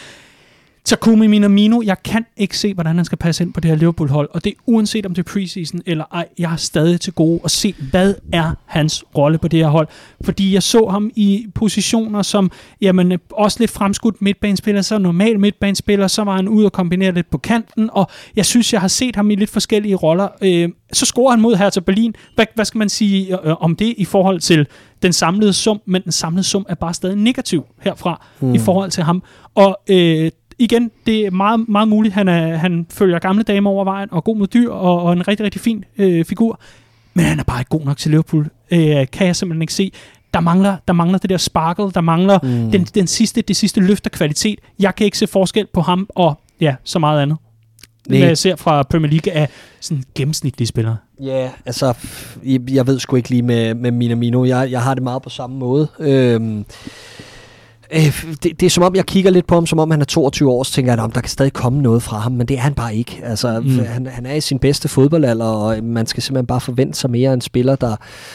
Takumi Minamino, jeg kan ikke se, hvordan han skal passe ind på det her Liverpool-hold, og det er uanset om det er preseason eller ej, jeg har stadig til gode at se, hvad er hans rolle på det her hold, fordi jeg så ham i positioner som, jamen, også lidt fremskudt midtbanespiller, så normal midtbanespiller, så var han ude og kombinere lidt på kanten, og jeg synes, jeg har set ham i lidt forskellige roller. Øh, så scorer han mod Hertha Berlin. Hvad, hvad skal man sige øh, om det i forhold til den samlede sum, men den samlede sum er bare stadig negativ herfra hmm. i forhold til ham, og øh, igen, det er meget, meget muligt, han, er, han følger gamle damer over vejen, og god mod dyr, og, og en rigtig, rigtig fin øh, figur. Men han er bare ikke god nok til Liverpool. Øh, kan jeg simpelthen ikke se. Der mangler, der mangler det der sparkle, der mangler mm. den, den sidste, det sidste løft af kvalitet. Jeg kan ikke se forskel på ham, og ja, så meget andet. Nej. Hvad jeg ser fra Premier League er sådan gennemsnitlige spillere. Ja, yeah, altså, jeg, jeg ved sgu ikke lige med, med Minamino. Jeg, jeg har det meget på samme måde. Øhm Det, det er som om, jeg kigger lidt på ham, som om han er toogtyve år, så tænker jeg, at der kan stadig komme noget fra ham, men det er han bare ikke. Altså, mm. han, han er i sin bedste fodboldalder, og man skal simpelthen bare forvente sig mere af en spiller, der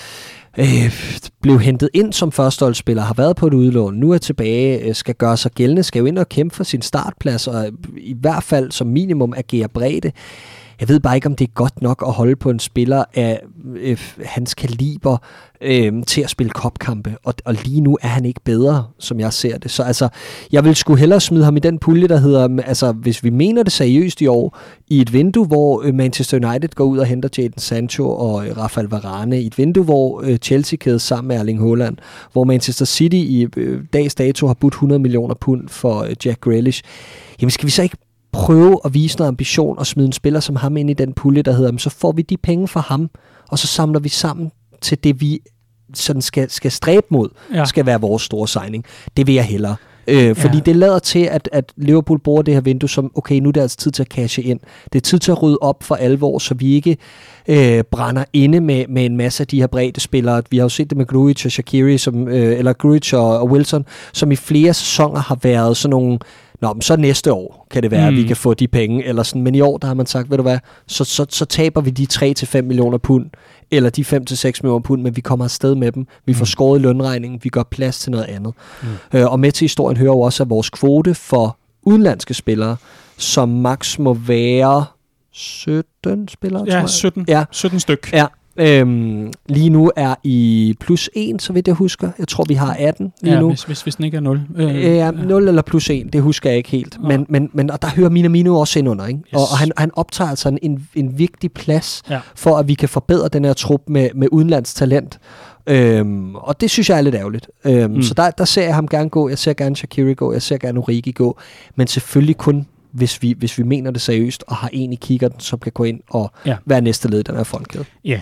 øh, blev hentet ind som førsteholdsspiller, har været på et udlån, nu er tilbage, skal gøre sig gældende, skal jo ind og kæmpe for sin startplads, og i hvert fald som minimum agere bredde. Jeg ved bare ikke, om det er godt nok at holde på en spiller af øh, hans kaliber øh, til at spille kopkampe, og, og lige nu er han ikke bedre, som jeg ser det. Så altså, jeg vil sgu hellere smide ham i den pulje, der hedder, altså hvis vi mener det seriøst i år, i et vindue, hvor øh, Manchester United går ud og henter Jadon Sancho og øh, Rafael Varane, i et vindue, hvor øh, Chelsea kædes sammen med Erling Haaland, hvor Manchester City i øh, dags dato har budt hundrede millioner pund for øh, Jack Grealish, jamen skal vi så ikke prøve at vise noget ambition og smide en spiller som ham ind i den pulje, der hedder, så får vi de penge fra ham, og så samler vi sammen til det, vi sådan skal, skal stræbe mod, ja. skal være vores store signing. Det vil jeg hellere. Øh, fordi Ja. det lader til, at, at Liverpool bruger det her vindue som, okay, nu er det altså tid til at cashe ind. Det er tid til at rydde op for alvor, så vi ikke øh, brænder inde med, med en masse af de her brede spillere. Vi har jo set det med Grujic og Shaqiri, som, øh, eller Grujic og, og Wilson, som i flere sæsoner har været sådan nogle, nå, men så næste år kan det være, mm. at vi kan få de penge, eller sådan. Men i år, der har man sagt, ved du hvad, så, så, så taber vi de tre til fem millioner pund, eller de fem til seks millioner pund, men vi kommer afsted med dem. Vi får mm. skåret lønregningen, vi gør plads til noget andet. Mm. Øh, og med til historien hører jo også, at vores kvote for udenlandske spillere, som max må være sytten spillere, Ja, tror jeg. sytten, Ja, sytten styk. Ja. Øhm, lige nu er i plus en, så vidt jeg husker. Jeg tror, vi har atten lige ja, nu. Hvis, hvis, hvis den ikke er nul. Øh, Ja, ja, nul eller plus en, det husker jeg ikke helt. Ja. Men, men, men og der hører Minamino også ind under, ikke? Yes. Og, og han, han optager altså en, en vigtig plads, Ja. for at vi kan forbedre den her trup med, med udenlands talent. Øhm, og det synes jeg er lidt ærgerligt. Øhm, Mm. Så der, der ser jeg ham gerne gå. Jeg ser gerne Shaqiri gå. Jeg ser gerne Origi gå. Men selvfølgelig kun, hvis vi, hvis vi mener det seriøst, og har en i kikkerten, som kan gå ind og Ja. være næste led i den her frontkæde. Ja.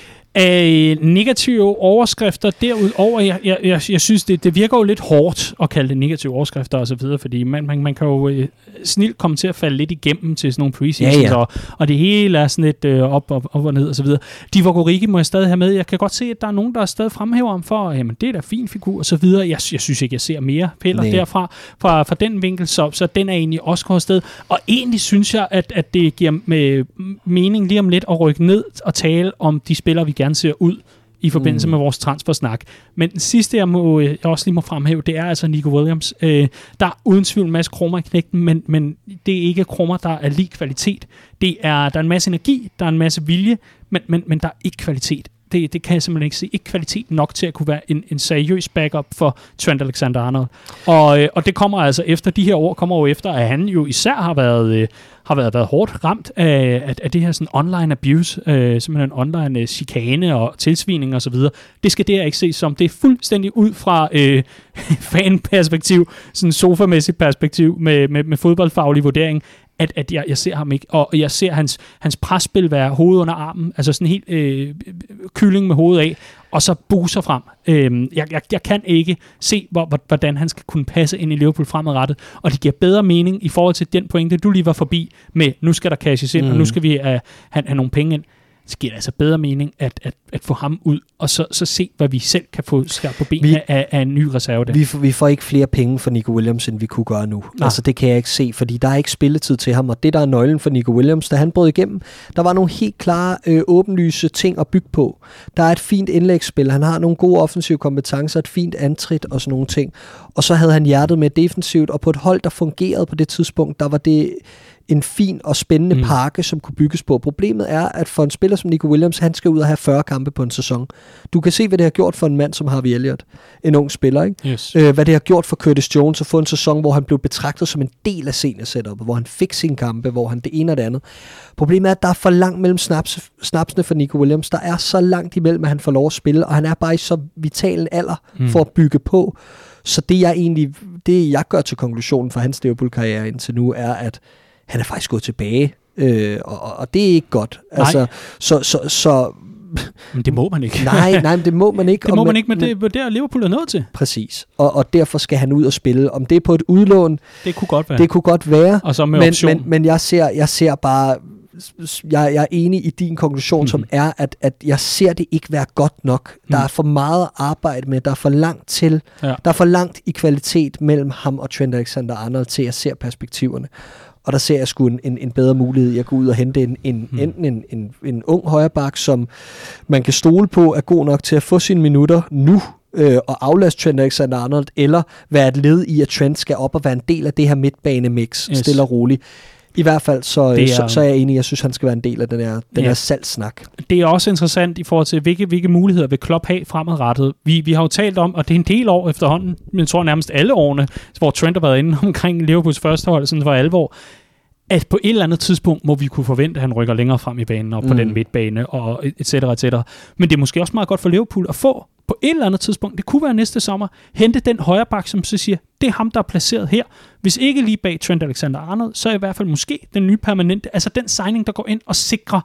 Af negative overskrifter derudover, jeg, jeg, jeg, jeg synes, det, det virker jo lidt hårdt at kalde det negative overskrifter og så videre, fordi man, man, man kan jo øh, snilt komme til at falde lidt igennem til sådan nogle preseasons, Ja, ja. Og, og det hele er sådan lidt øh, op, op, op og ned og så videre. Divock Origi må jeg stadig have med. Jeg kan godt se, at der er nogen, der stadig fremhæver ham for, jamen det er da fin figur og så videre. Jeg, jeg synes ikke, jeg ser mere heller Nej. derfra, fra, fra den vinkel, så, så den er egentlig også gået afsted. Og egentlig synes jeg, at, at det giver med mening lige om lidt at rykke ned og tale om de spillere, vi gerne ser ud i forbindelse mm. med vores transfersnak. Men den sidste, jeg, må, jeg også lige må fremhæve, det er altså Nico Williams. Øh, der er uden tvivl en masse krummer i knægten, men, men det er ikke krummer, der er lige kvalitet. Det er, der er en masse energi, der er en masse vilje, men, men, men der er ikke kvalitet. Det, det kan jeg simpelthen ikke se. Ikke kvalitet nok til at kunne være en, en seriøs backup for Trent Alexander-Arnold. Og, øh, og det kommer altså efter, de her år kommer jo efter, at han jo især har været, øh, har været, været hårdt ramt af, af, af det her sådan online abuse, øh, simpelthen online øh, chikane og tilsvining og så videre. Det skal det her ikke ses som. Det er fuldstændig ud fra øh, fanperspektiv, sådan sofamæssigt perspektiv med, med, med fodboldfaglig vurdering, at, at jeg, jeg ser ham ikke, og jeg ser hans, hans presspil være hoved under armen, altså sådan helt øh, kylling med hovedet af, og så buser frem. Øh, jeg, jeg, jeg kan ikke se, hvor, hvordan han skal kunne passe ind i Liverpool fremadrettet, og det giver bedre mening i forhold til den pointe, du lige var forbi med, nu skal der cashes ind, mm. og nu skal vi uh, have, have nogle penge ind. Så giver det altså bedre mening at, at, at få ham ud, og så, så se, hvad vi selv kan få skabt på ben vi, af, af en ny reserve der. Vi, vi får ikke flere penge for Nico Williams, end vi kunne gøre nu. Nej. Altså det kan jeg ikke se, fordi der er ikke spilletid til ham, og det der er nøglen for Nico Williams, da han brød igennem, der var nogle helt klare, øh, åbenlyse ting at bygge på. Der er et fint indlægsspil, han har nogle gode offensive kompetencer, et fint antrit og sådan nogle ting. Og så havde han hjertet med defensivt, og på et hold, der fungerede på det tidspunkt, der var det en fin og spændende mm. pakke, som kunne bygges på. Problemet er, at for en spiller som Nico Williams, han skal ud og have fyrre kampe på en sæson. Du kan se, hvad det har gjort for en mand som Harvey Elliott, en ung spiller, ikke? Yes. Øh, hvad det har gjort for Curtis Jones at få en sæson, hvor han blev betragtet som en del af senior-setupet, hvor han fik sine kampe, hvor han det ene og det andet. Problemet er, at der er for langt mellem snaps, snapsene for Nico Williams. Der er så langt imellem, at han får lov at spille, og han er bare i så vital en alder mm. for at bygge på. Så det, jeg egentlig, det jeg gør til konklusionen for hans Liverpool-karriere indtil nu, er, at han er faktisk gået tilbage, øh, og, og det er ikke godt. Altså, så, så, så, men det må man ikke. nej, nej, men det må man ikke. Det må og man ikke, men det er der Liverpool er nået til. Præcis, og, og derfor skal han ud og spille. Om det er på et udlån, det kunne godt være. Det kunne godt være, og så med men, option. men, men jeg, ser, jeg ser bare, jeg, jeg er enig i din konklusion, mm. som er, at, at jeg ser det ikke være godt nok. Mm. Der er for meget at arbejde med, der er for langt til, ja. der er for langt i kvalitet mellem ham og Trent Alexander-Arnold til, at jeg ser perspektiverne. Og der ser jeg sgu en, en, en bedre mulighed. Jeg går ud og hente en, en, hmm. enten en, en, en ung højreback, som man kan stole på, er god nok til at få sine minutter nu, øh, og aflaste Trent Alexander-Arnold, eller være et led i, at Trent skal op og være en del af det her midtbane-mix, yes. stille og roligt. I hvert fald, så, er, så, så er jeg enig, jeg synes, han skal være en del af den her, den ja. her salgssnak. Det er også interessant i forhold til, hvilke, hvilke muligheder vil Klopp have fremadrettet. Vi, vi har jo talt om, og det er en del år efterhånden, men jeg tror nærmest alle årene, hvor Trent har været inde omkring Liverpools første hold, sådan for alvor, at på et eller andet tidspunkt må vi kunne forvente, at han rykker længere frem i banen og på mm. den midtbane og et cetera et cetera. Men det er måske også meget godt for Liverpool at få på et eller andet tidspunkt, det kunne være næste sommer, hente den højreback, som så siger, det er ham, der er placeret her. Hvis ikke lige bag Trent Alexander-Arnold, så er i hvert fald måske den nye permanente, altså den signing, der går ind og sikrer,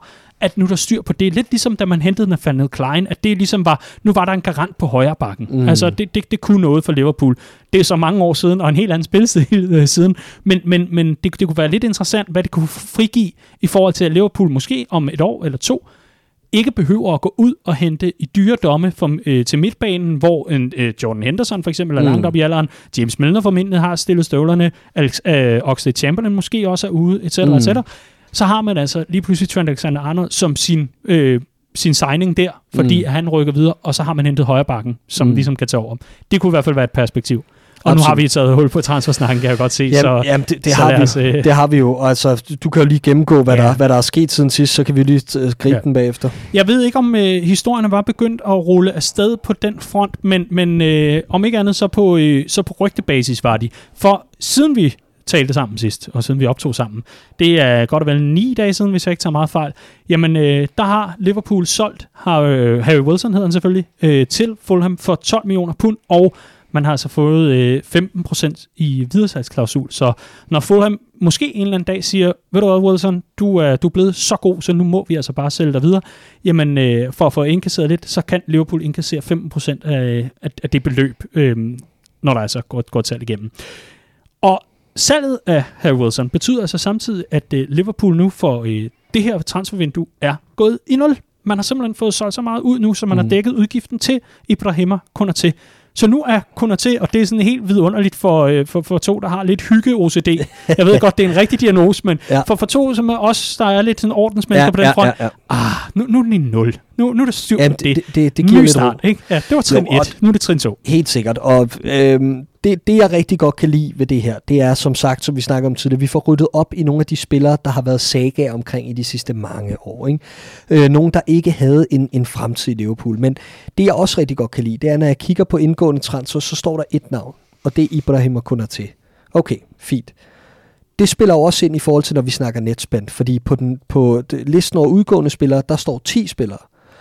at nu der styr på det. Lidt ligesom da man hentede Nathaniel Klein, at det ligesom var, nu var der en garant på højre bakken. Mm. Altså det, det, det kunne noget for Liverpool. Det er så mange år siden, og en helt anden spilstil siden, men, men, men det, det kunne være lidt interessant, hvad det kunne frigive i forhold til, at Liverpool måske om et år eller to ikke behøver at gå ud og hente i dyre domme for, øh, til midtbanen, hvor en, øh, Jordan Henderson for eksempel er mm. langt op i alderen, James Milner formentlig har stillet støvlerne, Alex, øh, Oxlade Chamberlain måske også er ude, et cetera, mm. et cetera. Så har man altså lige pludselig Trent Alexander-Arnold som sin, øh, sin signing der, fordi mm. han rykker videre, og så har man hentet højrebakken, som mm. ligesom kan tage over. Det kunne i hvert fald være et perspektiv. Og absolut. Nu har vi taget hul på transfersnakken, kan jeg godt se. Jamen, så, jamen det, det, så har vi, os, øh... det har vi jo. Altså, du kan jo lige gennemgå, hvad, ja. der, hvad der er sket siden sidst, så kan vi lige gribe ja. den bagefter. Jeg ved ikke, om øh, historierne var begyndt at rulle afsted på den front, men, men øh, om ikke andet, så på, øh, så på rygtebasis var de. For siden vi talte sammen sidst, og siden vi optog sammen, det er godt og vel ni dage siden, hvis jeg ikke tager meget fejl, jamen øh, der har Liverpool solgt, har øh, Harry Wilson hedder han selvfølgelig, øh, til Fulham for tolv millioner pund, og man har altså fået øh, femten procent i videresalgsklausul. Så når Fulham måske en eller anden dag siger, ved du hvad, Wilson, du er, du er blevet så god, så nu må vi altså bare sælge dig videre. Jamen, øh, for at få indkasseret lidt, så kan Liverpool indkassere femten procent af, af, af det beløb, øh, når der altså går, går et salg igennem. Og salget af Harry Wilson betyder altså samtidig, at øh, Liverpool nu for øh, det her transfervindue er gået i nul. Man har simpelthen fået solgt så meget ud nu, så man mm. har dækket udgiften til Ibrahima Konaté. Så nu er Konaté, og det er sådan helt vidunderligt for, øh, for, for to, der har lidt hygge-O C D. Jeg ved godt, det er en rigtig diagnose, men ja. for, for to som er os, der er lidt sådan ordensmennesker ja, på den ja, front, ja, ja. ah, nu, nu er den i nul. Nu, nu er det styr på det. Det, det, det giver lidt start, ikke? Ja, det var trin et, nu er det trin to. Helt sikkert, og øhm, det, det jeg rigtig godt kan lide ved det her, det er som sagt, som vi snakker om tidligere, vi får ryddet op i nogle af de spillere, der har været sagaer omkring i de sidste mange år. Ikke? Øh, nogle, der ikke havde en, en fremtid i Liverpool. Men det jeg også rigtig godt kan lide, det er, når jeg kigger på indgående transfer, så står der et navn, og det er Ibrahima Konaté. Okay, fint. Det spiller også ind i forhold til, når vi snakker netspend, fordi på, den, på listen over udgående spillere, der står ti spillere.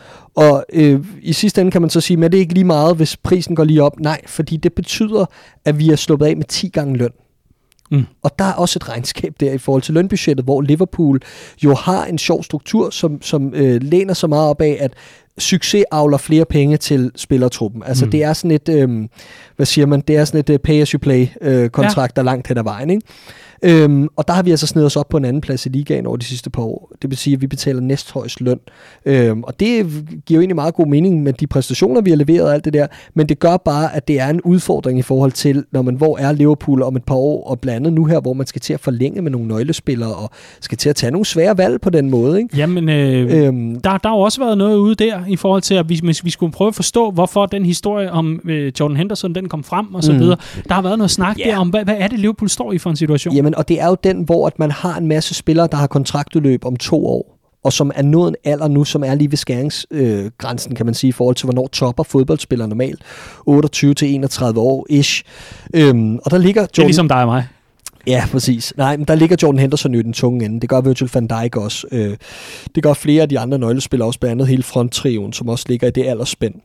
Og øh, i sidste ende kan man så sige, at det er ikke lige meget, hvis prisen går lige op. Nej, fordi det betyder, at vi er sluppet af med ti gange løn. Mm. Og der er også et regnskab der i forhold til lønbudgettet, hvor Liverpool jo har en sjov struktur, som, som øh, læner så meget op af, at succes avler flere penge til spillertruppen. Altså mm. det er sådan et, øh, hvad siger man, det er sådan et uh, pay-as-you-play-kontrakt, øh, ja. der langt hen ad vejen, ikke? Øhm, og der har vi altså snedet os op på en anden plads i ligaen over de sidste par år. Det vil sige, at vi betaler næsthøjst løn. Øhm, og det giver jo egentlig meget god mening med de præstationer, vi har leveret og alt det der. Men det gør bare, at det er en udfordring i forhold til, når man, hvor er Liverpool om et par år, og blandt andet nu her, hvor man skal til at forlænge med nogle nøglespillere, og skal til at tage nogle svære valg på den måde. Ikke? Jamen, øh, øhm, der, der har jo også været noget ude der, i forhold til, at vi, vi skulle prøve at forstå, hvorfor den historie om øh, Jordan Henderson, den kom frem, og så mm. videre. Der har været noget snak yeah. der om, hvad, hvad er det, Liverpool står i for en situation? Jamen, og det er jo den, hvor at man har en masse spillere, der har kontraktudløb om to år, og som er nået en alder nu, som er lige ved skæringsgrænsen, øh, kan man sige, i forhold til, hvornår topper fodboldspillere normalt. otteogtyve til enogtredive år ish. Øhm, og der ligger Jordan... Det er ligesom dig og mig. Ja, præcis. Nej, men der ligger Jordan Henderson i den tunge ende. Det gør Virgil van Dijk også. Øh, det gør flere af de andre nøglespillere også, blandt andet hele fronttrioen, som også ligger i det aldersspænd.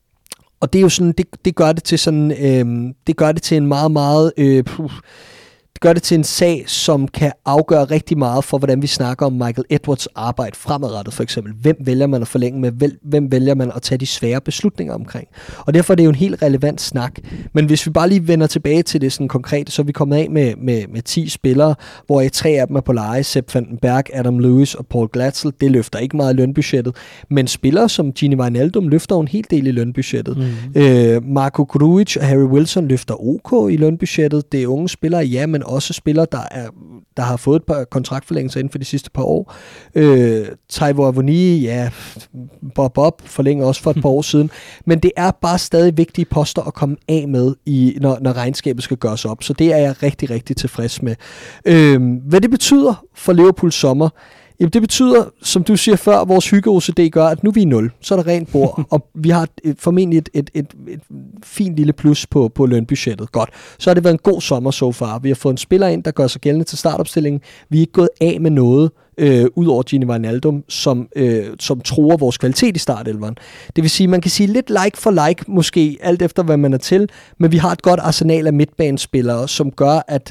Og det er jo sådan, det, det gør det til sådan, øh, det gør det til en meget, meget... Øh, puh, Det gør det til en sag, som kan afgøre rigtig meget for, hvordan vi snakker om Michael Edwards arbejde fremadrettet, for eksempel. Hvem vælger man at forlænge med? Hvem vælger man at tage de svære beslutninger omkring? Og derfor er det jo en helt relevant snak. Men hvis vi bare lige vender tilbage til det sådan konkrete, så er vi kommet af med, med, med ti spillere, hvor i tre af dem er på leje. Sepp van den Berg, Adam Lewis og Paul Glatzel. Det løfter ikke meget i lønbudgettet. Men spillere som Gini Wijnaldum løfter en hel del i lønbudgettet. Mm. Øh, Marco Grujic og Harry Wilson løfter OK i lønbudgettet. Det er unge spillere, ja, men også spillere, der, er, der har fået et par kontraktforlængelser inden for de sidste par år. Øh, Taiwo Avoni, ja, Bob Bob forlænger også for et par år siden. Men det er bare stadig vigtige poster at komme af med, i, når, når regnskabet skal gøres op. Så det er jeg rigtig, rigtig tilfreds med. Øh, hvad det betyder for Liverpools sommer? Jamen det betyder, som du siger før, at vores hygge-O C D gør, at nu er vi i nul. Så er der rent bord, og vi har et, formentlig et, et, et, et fint lille plus på, på lønbudgettet. Godt. Så har det været en god sommer so far. Vi har fået en spiller ind, der gør sig gældende til startopstillingen. Vi er ikke gået af med noget, øh, ud over Gini Wijnaldum, som, øh, som truer vores kvalitet i startelveren. Det vil sige, man kan sige lidt like for like, måske alt efter hvad man er til, men vi har et godt arsenal af midtbanespillere, som gør, at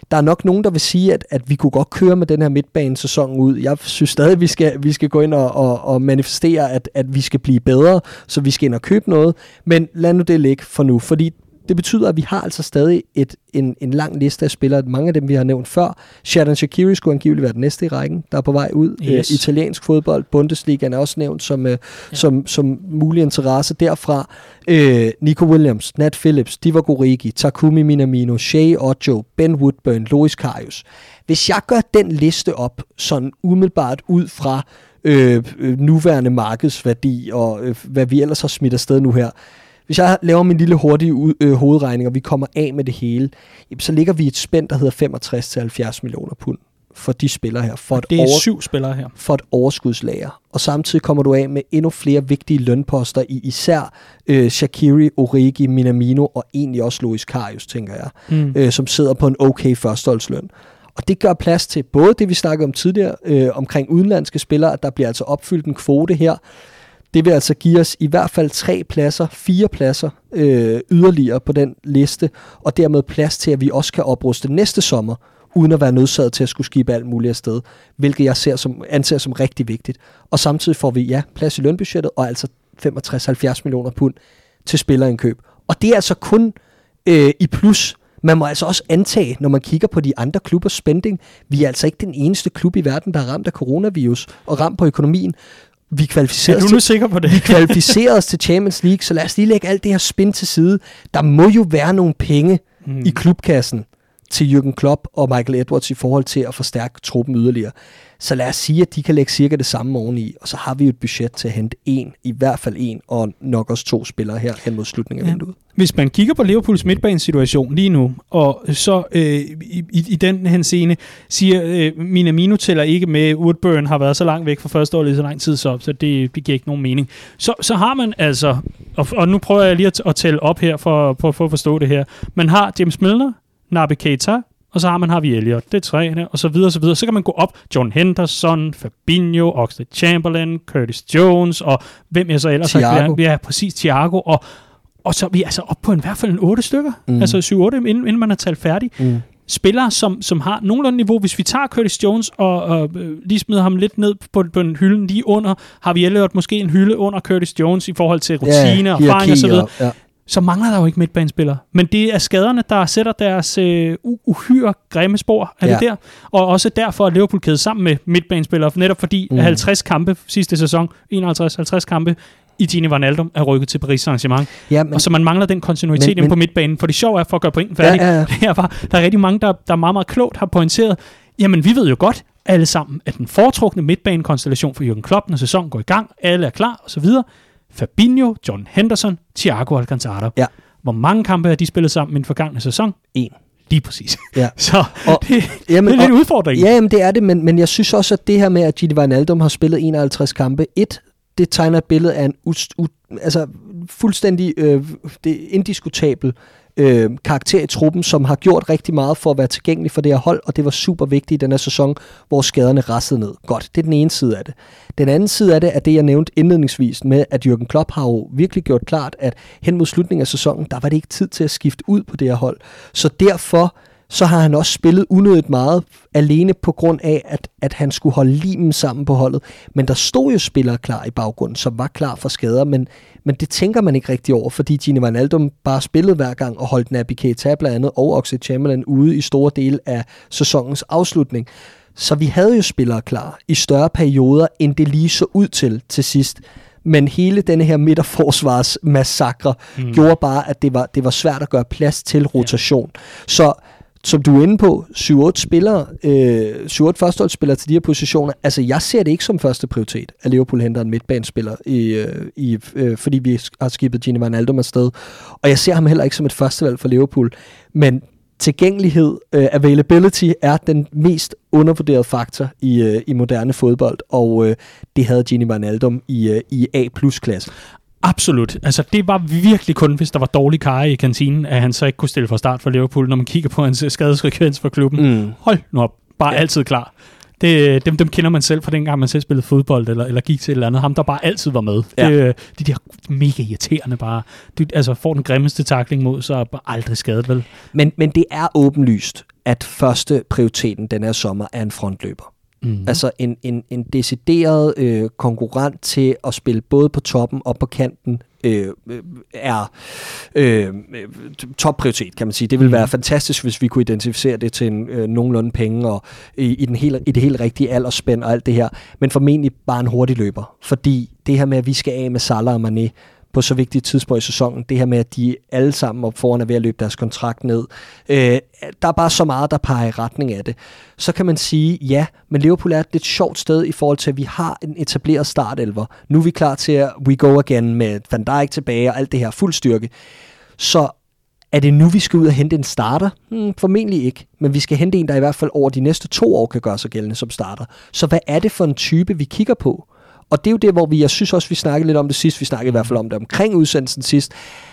der er nok nogen, der vil sige, at, at vi kunne godt køre med den her midtbanesæson ud. Jeg synes stadig, vi skal, vi skal gå ind og, og, og manifestere, at, at vi skal blive bedre, så vi skal ind og købe noget. Men lad nu det ligge for nu, fordi det betyder, at vi har altså stadig et, en, en lang liste af spillere. Mange af dem, vi har nævnt før. Xherdan Shaqiri skulle angiveligt være den næste i rækken, der er på vej ud. Yes. Æ, italiensk fodbold, Bundesligaen er også nævnt som, ja. som, som mulig interesse derfra. Æ, Nico Williams, Nat Phillips, Divock Origi, Takumi Minamino, Shea Ojo, Ben Woodburn, Loris Karius. Hvis jeg gør den liste op, sådan umiddelbart ud fra øh, nuværende markedsværdi og øh, hvad vi ellers har smidt afsted nu her, hvis jeg laver min lille hurtige øh, hovedregning, og vi kommer af med det hele, så ligger vi i et spænd, der hedder femogtres til halvfjerds millioner pund for de spillere her. For det er over, syv spillere her. For et overskudslager. Og samtidig kommer du af med endnu flere vigtige lønposter i især øh, Shaqiri, Origi, Minamino og egentlig også Loris Karius, tænker jeg, mm. øh, som sidder på en okay førsteholdsløn. Og det gør plads til både det, vi snakkede om tidligere, øh, omkring udenlandske spillere, at der bliver altså opfyldt en kvote her. Det vil altså give os i hvert fald tre pladser, fire pladser øh, yderligere på den liste, og dermed plads til, at vi også kan opruste næste sommer, uden at være nødsaget til at skulle skibe alt muligt afsted, hvilket jeg ser som, anser som rigtig vigtigt. Og samtidig får vi, ja, plads i lønbudgettet, og altså femogtres til halvfjerds millioner pund til spillerindkøb. Og det er altså kun øh, i plus. Man må altså også antage, når man kigger på de andre klubbers spending, vi er altså ikke den eneste klub i verden, der er ramt af coronavirus og ramt på økonomien. Vi kvalificerer, er du nu sikker på det? vi kvalificerer os til Champions League, så lad os lige lægge alt det her spin til side. Der må jo være nogle penge mm. i klubkassen til Jürgen Klopp og Michael Edwards i forhold til at forstærke truppen yderligere. Så lad os sige, at de kan lægge cirka det samme oveni, og så har vi jo et budget til at hente en, i hvert fald en, og nok også to spillere her hen mod slutningen af vinduet. Hvis man kigger på Liverpools midtbanesituation lige nu, og så øh, i, i den henseende siger, øh, Minamino tæller ikke med, Woodburn har været så langt væk fra første år i så lang tid, så, så det, det giver ikke nogen mening. Så, så har man altså, og, og nu prøver jeg lige at, at tælle op her, for, for, for at forstå det her. Man har James Milner, Naby Keita, og så har man Harvey Elliott, det er tre, og så videre, så videre. Så kan man gå op, John Henderson, Fabinho, Oxlade-Chamberlain, Curtis Jones, og hvem jeg så ellers Thiago. har ja, præcis, Thiago, og, og så er vi altså op på en, i hvert fald en otte stykker, mm. altså syv otte, inden, inden man er talt færdig. Mm. Spillere, som, som har nogenlunde niveau. Hvis vi tager Curtis Jones og, og øh, lige smider ham lidt ned på, på en hylde lige under, har vi Elliott måske en hylde under Curtis Jones i forhold til rutine, yeah, erfaring og så videre. Ja. Så mangler der jo ikke midtbanespillere. Men det er skaderne, der sætter deres øh, uhyre grimme spor. Er ja. det der? Og også derfor, at Liverpool kæder sammen med midtbanespillere. Netop fordi mm. halvtreds kampe sidste sæson, enoghalvtreds halvtreds kampe, i Gini Wijnaldum er rykket til Paris Saint-Germain. Ja, men, og så man mangler den kontinuitet men, inde på midtbanen. For det sjove er, for at gøre pointen færdig, ja, ja, ja. Det er bare, der er rigtig mange, der, der meget, meget klogt har pointeret, jamen vi ved jo godt, alle sammen, at den foretrukne midtbanekonstellation for Jürgen Klopp, når sæsonen går i gang, alle er klar, og så videre. Fabinho, John Henderson, Thiago Alcantara. Ja. Hvor mange kampe har de spillet sammen i den forgangne sæson? En. Lige præcis. Ja. Så og, det, jamen, det er lidt en udfordring. Ja, jamen, det er det, men, men jeg synes også, at det her med, at Gini Wijnaldum har spillet enoghalvtreds kampe, et, det tegner et billede af en u- u- altså, fuldstændig øh, det er indiskutabel øh, karakter i truppen, som har gjort rigtig meget for at være tilgængelig for det her hold, og det var super vigtigt i den her sæson, hvor skaderne rassede ned. Godt, det er den ene side af det. Den anden side af det er det, jeg nævnte indledningsvis med, at Jürgen Klopp har jo virkelig gjort klart, at hen mod slutningen af sæsonen, der var det ikke tid til at skifte ud på det her hold. Så derfor så har han også spillet unødigt meget alene på grund af, at, at han skulle holde limen sammen på holdet. Men der stod jo spillere klar i baggrunden, som var klar for skader, men, men det tænker man ikke rigtig over, fordi Gini Wijnaldum bare spillede hver gang og holdt Naby Keita blandt andet og Oxlade-Chamberlain ude i store dele af sæsonens afslutning. Så vi havde jo spillere klar i større perioder, end det lige så ud til til sidst. Men hele denne her midterforsvarsmassakre mm. gjorde bare, at det var, det var svært at gøre plads til rotation. Ja. Så som du er inde på, syv otte spillere, øh, syv otte førsteholdsspillere til de her positioner, altså jeg ser det ikke som første prioritet, at Liverpool henter en midtbanespiller, i, øh, i, øh, fordi vi har skibet Gini Wijnaldum afsted. Og jeg ser ham heller ikke som et førstevalg for Liverpool. Men tilgængelighed, øh, availability, er den mest undervurderede faktor i, øh, i moderne fodbold, og øh, det havde Gini Wijnaldum i, øh, i A plus klasse. Absolut. Altså, det var virkelig kun, hvis der var dårlig karre i kantinen, at han så ikke kunne stille fra start for Liverpool, når man kigger på hans skadesfrekvens for klubben. Mm. Hold nu op. Bare ja. altid klar. Det, dem, dem kender man selv fra dengang, man selv spillede fodbold, eller, eller gik til et eller andet. Ham, der bare altid var med. Ja. Det, de der mega irriterende bare. Du altså, får den grimmeste tackling mod, så er bare aldrig skadet, vel? Men, men det er åbenlyst, at første prioriteten den her sommer er en frontløber. Mm. Altså en, en, en decideret øh, konkurrent til at spille både på toppen og på kanten øh, er øh, topprioritet, kan man sige. Det ville være fantastisk, hvis vi kunne identificere det til en, øh, nogenlunde penge og i, i, den helt, i det helt rigtige aldersspænd og alt det her. Men formentlig bare en hurtig løber. Fordi det her med, at vi skal af med Salah og Mané på så vigtige tidspunkt i sæsonen, det her med, at de alle sammen op foran er ved at løbe deres kontrakt ned. Øh, der er bare så meget, der peger i retning af det. Så kan man sige, ja, men Liverpool er et lidt sjovt sted i forhold til, at vi har en etableret startelver. Nu er vi klar til at we go again med Van Dijk tilbage og alt det her fuld styrke. Så er det nu, vi skal ud og hente en starter? Hmm, formentlig ikke, men vi skal hente en, der i hvert fald over de næste to år kan gøre sig gældende som starter. Så hvad er det for en type, vi kigger på? Og det er jo det, hvor vi, jeg synes også, vi snakkede lidt om det sidst, vi snakkede i hvert fald om det omkring udsendelsen sidst,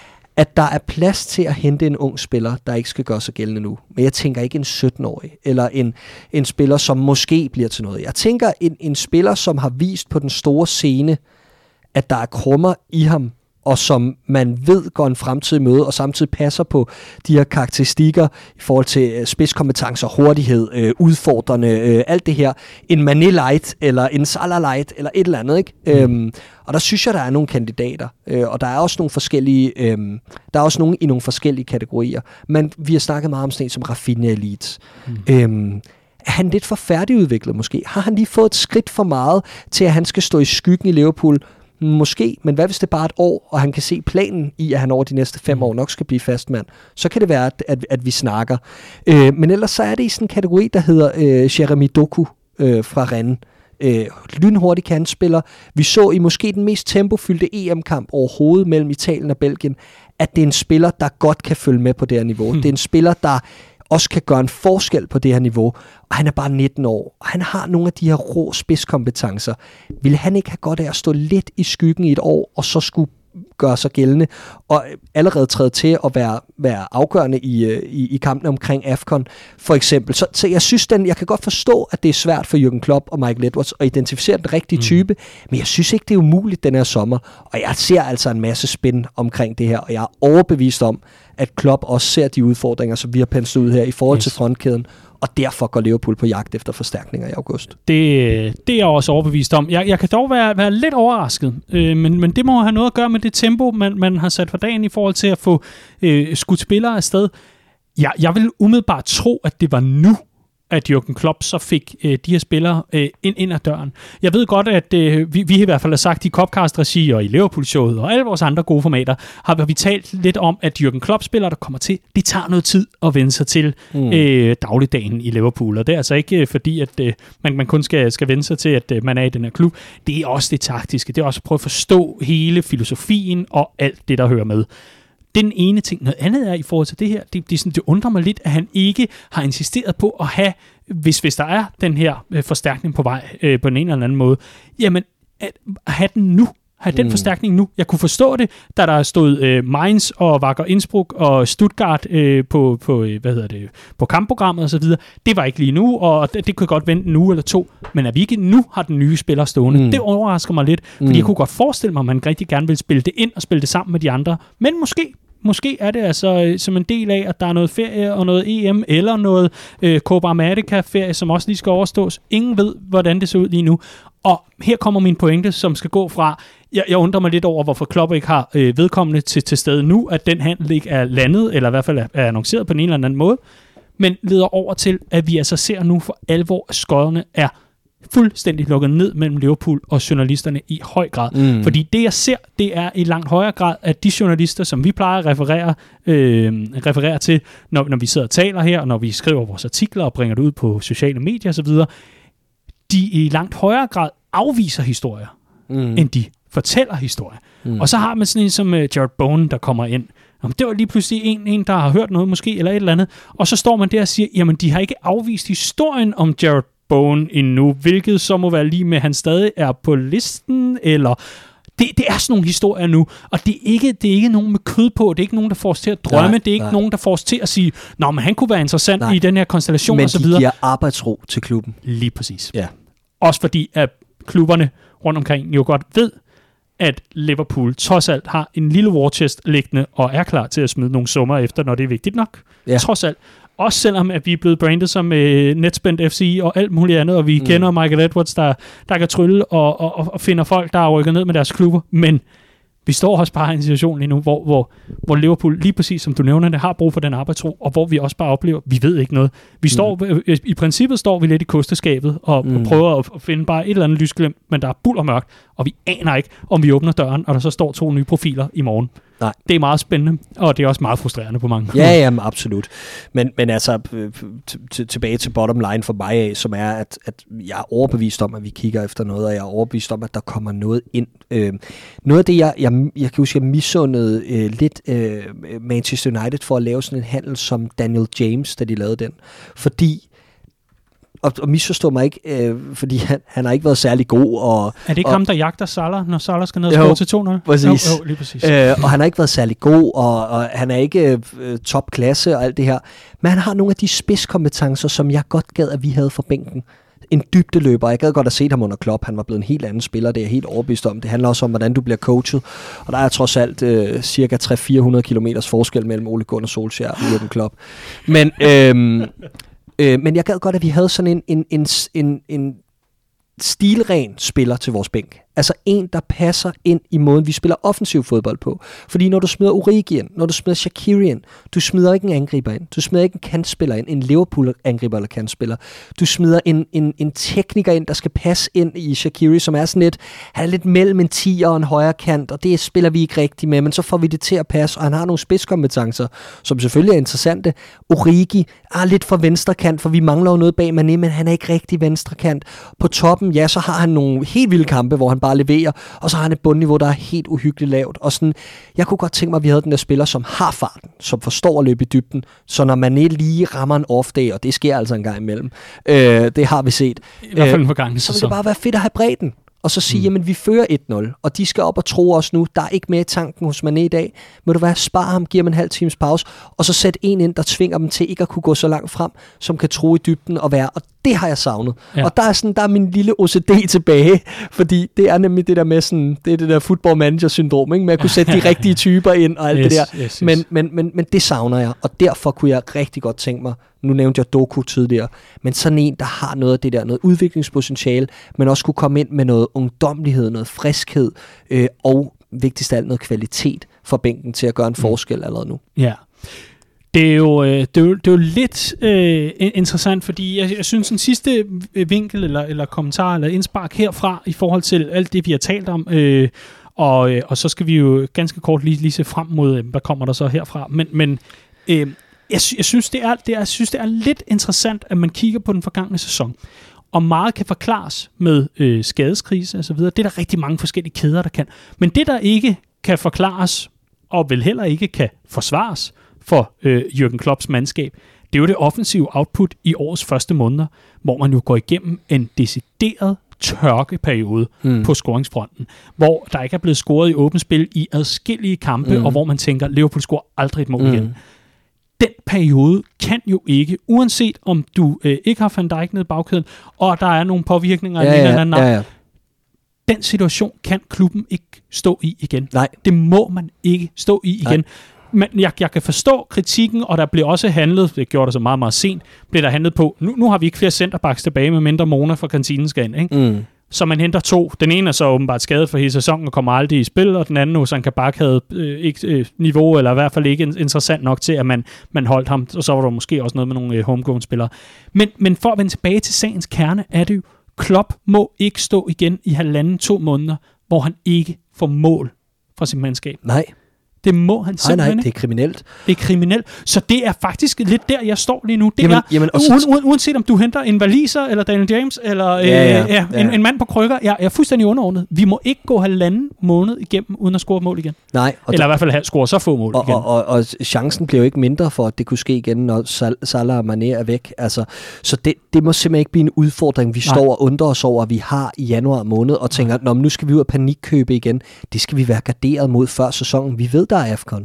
at der er plads til at hente en ung spiller, der ikke skal gøre sig gældende nu. Men jeg tænker ikke en sytten-årig, eller en, en spiller, som måske bliver til noget. Jeg tænker en, en spiller, som har vist på den store scene, at der er krummer i ham, og som man ved går en fremtid møde, og samtidig passer på de her karakteristikker i forhold til spidskompetencer, hurtighed, øh, udfordrende, øh, alt det her. En Mané Light, eller en Salah Light, eller et eller andet, ikke? Mm. Øhm, og der synes jeg, der er nogle kandidater, øh, og der er også nogle forskellige, øh, der er også nogle i nogle forskellige kategorier. Men vi har snakket meget om sådan en som Rafinha Elite. Mm. Øhm, Er han lidt for færdigudviklet måske? Har han lige fået et skridt for meget til, at han skal stå i skyggen i Liverpool? Måske, men hvad hvis det er bare et år, og han kan se planen i, at han over de næste fem år nok skal blive fastmand? Så kan det være, at, at, at vi snakker. Øh, men ellers så er det i sådan en kategori, der hedder øh, Jeremy Doku øh, fra Rennes. Øh, lynhurtig kantspiller. Vi så i måske den mest tempofyldte E M-kamp overhovedet mellem Italien og Belgien, at det er en spiller, der godt kan følge med på det her niveau. Hmm. Det er en spiller, der også kan gøre en forskel på det her niveau, og han er bare nitten år, og han har nogle af de her rå spidskompetencer. Vil han ikke have godt af at stå lidt i skyggen i et år, og så skulle gøre sig gældende, og allerede træde til at være, være afgørende i, i, i kampen omkring AFCON, for eksempel. Så, så jeg synes, den, jeg kan godt forstå, at det er svært for Jürgen Klopp og Michael Edwards at identificere den rigtige type, mm. men jeg synes ikke, det er umuligt den her sommer, og jeg ser altså en masse spin omkring det her, og jeg er overbevist om, at Klopp også ser de udfordringer, som vi har penslet ud her i forhold yes. til frontkæden, og derfor går Liverpool på jagt efter forstærkninger i august. Det, det er jeg også overbevist om. Jeg, jeg kan dog være, være lidt overrasket, øh, men, men det må have noget at gøre med det tempo, man, man har sat for dagen i forhold til at få øh, skudt spillere afsted. Jeg, jeg vil umiddelbart tro, at det var nu, at Jürgen Klopp så fik øh, de her spillere øh, ind, ind ad døren. Jeg ved godt, at øh, vi, vi i hvert fald har sagt i Copcast-regi og i Liverpool-showet og alle vores andre gode formater, har vi talt lidt om, at Jürgen Klopp-spillere, der kommer til, det tager noget tid at vende sig til mm. øh, dagligdagen i Liverpool. Og det er altså ikke øh, fordi, at øh, man, man kun skal, skal vende sig til, at øh, man er i den her klub. Det er også det taktiske. Det er også at prøve at forstå hele filosofien og alt det, der hører med. Den ene ting. Noget andet er i forhold til det her, det, det, sådan, det undrer mig lidt, at han ikke har insisteret på at have, hvis, hvis der er den her øh, forstærkning på vej øh, på en eller anden måde, jamen at, at have den nu. Have den mm. forstærkning nu. Jeg kunne forstå det, da der stod øh, Mainz og Wacker Innsbruck og Stuttgart øh, på, på, øh, hvad hedder det, på kampprogrammet og så videre. Det var ikke lige nu, og det, det kunne godt vente en uge eller to. Men at vi ikke nu har den nye spiller stående, mm. det overrasker mig lidt. Fordi mm. jeg kunne godt forestille mig, at man rigtig gerne vil spille det ind og spille det sammen med de andre. Men måske Måske er det altså øh, som en del af, at der er noget ferie og noget E M, eller noget øh, Copa America-ferie, som også lige skal overstås. Ingen ved, hvordan det ser ud lige nu. Og her kommer min pointe, som skal gå fra, jeg, jeg undrer mig lidt over, hvorfor Klopp ikke har øh, vedkommende til, til stede nu, at den handel ikke er landet, eller i hvert fald er, er annonceret på en eller anden måde, men leder over til, at vi altså ser nu for alvor, at skodderne er fuldstændig lukket ned mellem Liverpool og journalisterne i høj grad. Mm. Fordi det, jeg ser, det er i langt højere grad, at de journalister, som vi plejer at referere, øh, referere til, når, når vi sidder og taler her, og når vi skriver vores artikler og bringer det ud på sociale medier osv., de i langt højere grad afviser historier, mm. end de fortæller historier. Mm. Og så har man sådan en som uh, Jared Bowen, der kommer ind. Jamen, det var lige pludselig en, en, der har hørt noget måske, eller et eller andet. Og så står man der og siger, jamen de har ikke afvist historien om Jared Bowen endnu, hvilket så må være lige med, at han stadig er på listen, eller det, det er sådan nogle historier nu, og det er, ikke, det er ikke nogen med kød på, det er ikke nogen, der får os til at drømme, nej, det er ikke nej. nogen, der får os til at sige, nå, men han kunne være interessant nej. i den her konstellation, og så videre. Men de giver arbejdsro til klubben. Lige præcis. Ja. Også fordi, at klubberne rundt omkring jo godt ved, at Liverpool trods alt har en lille war chest liggende, og er klar til at smide nogle summer efter, når det er vigtigt nok. Ja. Trods alt. Også selvom at vi er blevet brandet som øh, Netspend F C og alt muligt andet, og vi mm. kender Michael Edwards, der, der kan trylle og, og, og finder folk, der rykker ned med deres klubber. Men vi står også bare i en situation lige nu, hvor, hvor, hvor Liverpool, lige præcis som du nævner, det har brug for den arbejdsro, og hvor vi også bare oplever, vi ved ikke noget. Vi står, mm. i, i princippet står vi lidt i kosteskabet og, mm. og prøver at, at finde bare et eller andet lysglimt, men der er buld og mørkt, og vi aner ikke, om vi åbner døren, og der så står to nye profiler i morgen. Nej. Det er meget spændende, og det er også meget frustrerende på mange. Ja, jamen, absolut. Men, men altså, tilbage til bottom line for mig af, som er, at, at jeg er overbevist om, at vi kigger efter noget, og jeg er overbevist om, at der kommer noget ind. Øh, noget af det, jeg, jeg, jeg kan huske, jeg misundede øh, lidt øh, Manchester United for at lave sådan en handel som Daniel James, da de lavede den. Fordi Og, og misforstå mig ikke, øh, fordi han, han har ikke været særlig god. Og, er det ikke og, ham, der jagter Salah, når Salah skal ned og score til to nul? Præcis. Jo, jo, lige præcis. Øh, og han har ikke været særlig god, og, og han er ikke øh, topklasse og alt det her. Men han har nogle af de spidskompetencer, som jeg godt gad, at vi havde fra bænken. En dybdeløber. Jeg gad godt at se ham under Klopp. Han var blevet en helt anden spiller. Det er jeg helt overbevist om. Det handler også om, hvordan du bliver coachet. Og der er trods alt øh, cirka tre til fire hundrede kilometers forskel mellem Ole Gunnar Solskjaer og Jürgen Klopp. Men... Øh, Øh, men jeg gad godt, at vi havde sådan en, en, en, en, en stilren spiller til vores bænk. Altså en, der passer ind i måden, vi spiller offensiv fodbold på. Fordi når du smider Origi ind, når du smider Shaqiri ind, du smider ikke en angriber ind, du smider ikke en kantspiller ind, en Liverpool-angriber eller kantspiller. Du smider en, en, en tekniker ind, der skal passe ind i Shaqiri, som er sådan lidt, han er lidt mellem en tier og en højre kant, og det spiller vi ikke rigtig med, men så får vi det til at passe, og han har nogle spidskompetencer, som selvfølgelig er interessante. Origi er lidt for venstre kant, for vi mangler jo noget bag Mané, men han er ikke rigtig venstre kant. På toppen, ja, så har han nogle helt vilde kampe, hvor han bare leverer, og så har han et bundniveau, der er helt uhyggeligt lavt. Og sådan, jeg kunne godt tænke mig, at vi havde den der spiller, som har farten, som forstår at løbe i dybden, så når man ikke lige rammer en off-day, og det sker altså en gang imellem, øh, det har vi set. I hvert fald en forgangen sæson. Så vil det bare være fedt at have bredden, og så sige, mm. jamen vi fører et nul, og de skal op og tro os nu, der er ikke mere i tanken hos Mané i dag, vil du være, spare ham, giver ham en halv times pause, og så sæt en ind, der tvinger dem til ikke at kunne gå så langt frem, som kan tro i dybden og være, og det har jeg savnet. Ja. Og der er sådan, der er min lille O C D tilbage, fordi det er nemlig det der med sådan, det er det der football manager syndrom, ikke? Med at kunne sætte de rigtige typer ind og alt yes, det der. Yes, yes. Men, men, men, men det savner jeg, og derfor kunne jeg rigtig godt tænke mig, nu nævnte jeg Doku tidligere, men sådan en, der har noget af det der, noget udviklingspotentiale, men også kunne komme ind med noget ungdommelighed, noget friskhed, øh, og vigtigst af alt noget kvalitet for bænken til at gøre en forskel mm. allerede nu. Ja. Det er jo, det er jo, det er jo lidt øh, interessant, fordi jeg, jeg synes, den sidste vinkel eller, eller kommentar eller indspark herfra i forhold til alt det, vi har talt om, øh, og, og så skal vi jo ganske kort lige, lige se frem mod, hvad kommer der så herfra. Men, men øh, jeg, jeg, synes, det er, det er, jeg synes, det er lidt interessant, at man kigger på den forgangne sæson. Og meget kan forklares med øh, skadeskrise og så videre. Det er der rigtig mange forskellige kæder, der kan. Men det, der ikke kan forklares, og vel heller ikke kan forsvares for øh, Jürgen Klopps mandskab, det er jo det offensive output i årets første måneder, hvor man jo går igennem en decideret tørkeperiode mm. på scoringsfronten, hvor der ikke er blevet scoret i åbent spil i adskillige kampe, mm. og hvor man tænker, Liverpool scorer aldrig et mål mm. igen. Den periode kan jo ikke, uanset om du øh, ikke har Van Dijk nede i bagkæden, og der er nogle påvirkninger af ja, en eller anden ja, ja. Den situation kan klubben ikke stå i igen. Nej. Det må man ikke stå i igen. Nej. Men jeg, jeg kan forstå kritikken, og der blev også handlet, det gjorde det så meget, meget sent, blev der handlet på, nu, nu har vi ikke flere centerbacks tilbage, med mindre Mona fra kantinen skal ind, ikke? Mm. Så man henter to. Den ene er så åbenbart skadet for hele sæsonen og kommer aldrig i spil, og den anden, Ozan Kabak, havde øh, ikke øh, niveau, eller i hvert fald ikke interessant nok til, at man, man holdt ham, og så var der måske også noget med nogle øh, homegrown-spillere. Men, men for at vende tilbage til sagens kerne, er det jo, Klopp må ikke stå igen i halvanden to måneder, hvor han ikke får mål fra sit mandskab. Nej. Det må han simpelthen nej, nej, ikke. Det er kriminelt. Det er kriminelt. Så det er faktisk lidt der, jeg står lige nu. Det jamen, er, jamen, u- u- uanset om du henter en waliser, eller Daniel James, eller ja, ja, øh, ja, ja. En, en mand på krykker, jeg, jeg er fuldstændig underordnet. Vi må ikke gå halvanden måned igennem, uden at score mål igen. Nej. Eller i hvert fald have, score så få mål og, igen. Og, og, og chancen bliver jo ikke mindre for, at det kunne ske igen, når Sal- Salah og Mané er væk. Altså, så det, det må simpelthen ikke blive en udfordring, vi nej. står og undrer os over, at vi har i januar måned, og tænker, Nå, nu skal vi ud og panikkøbe igen. Det skal vi være garderet mod før sæsonen. Vi ved, der er AFCON.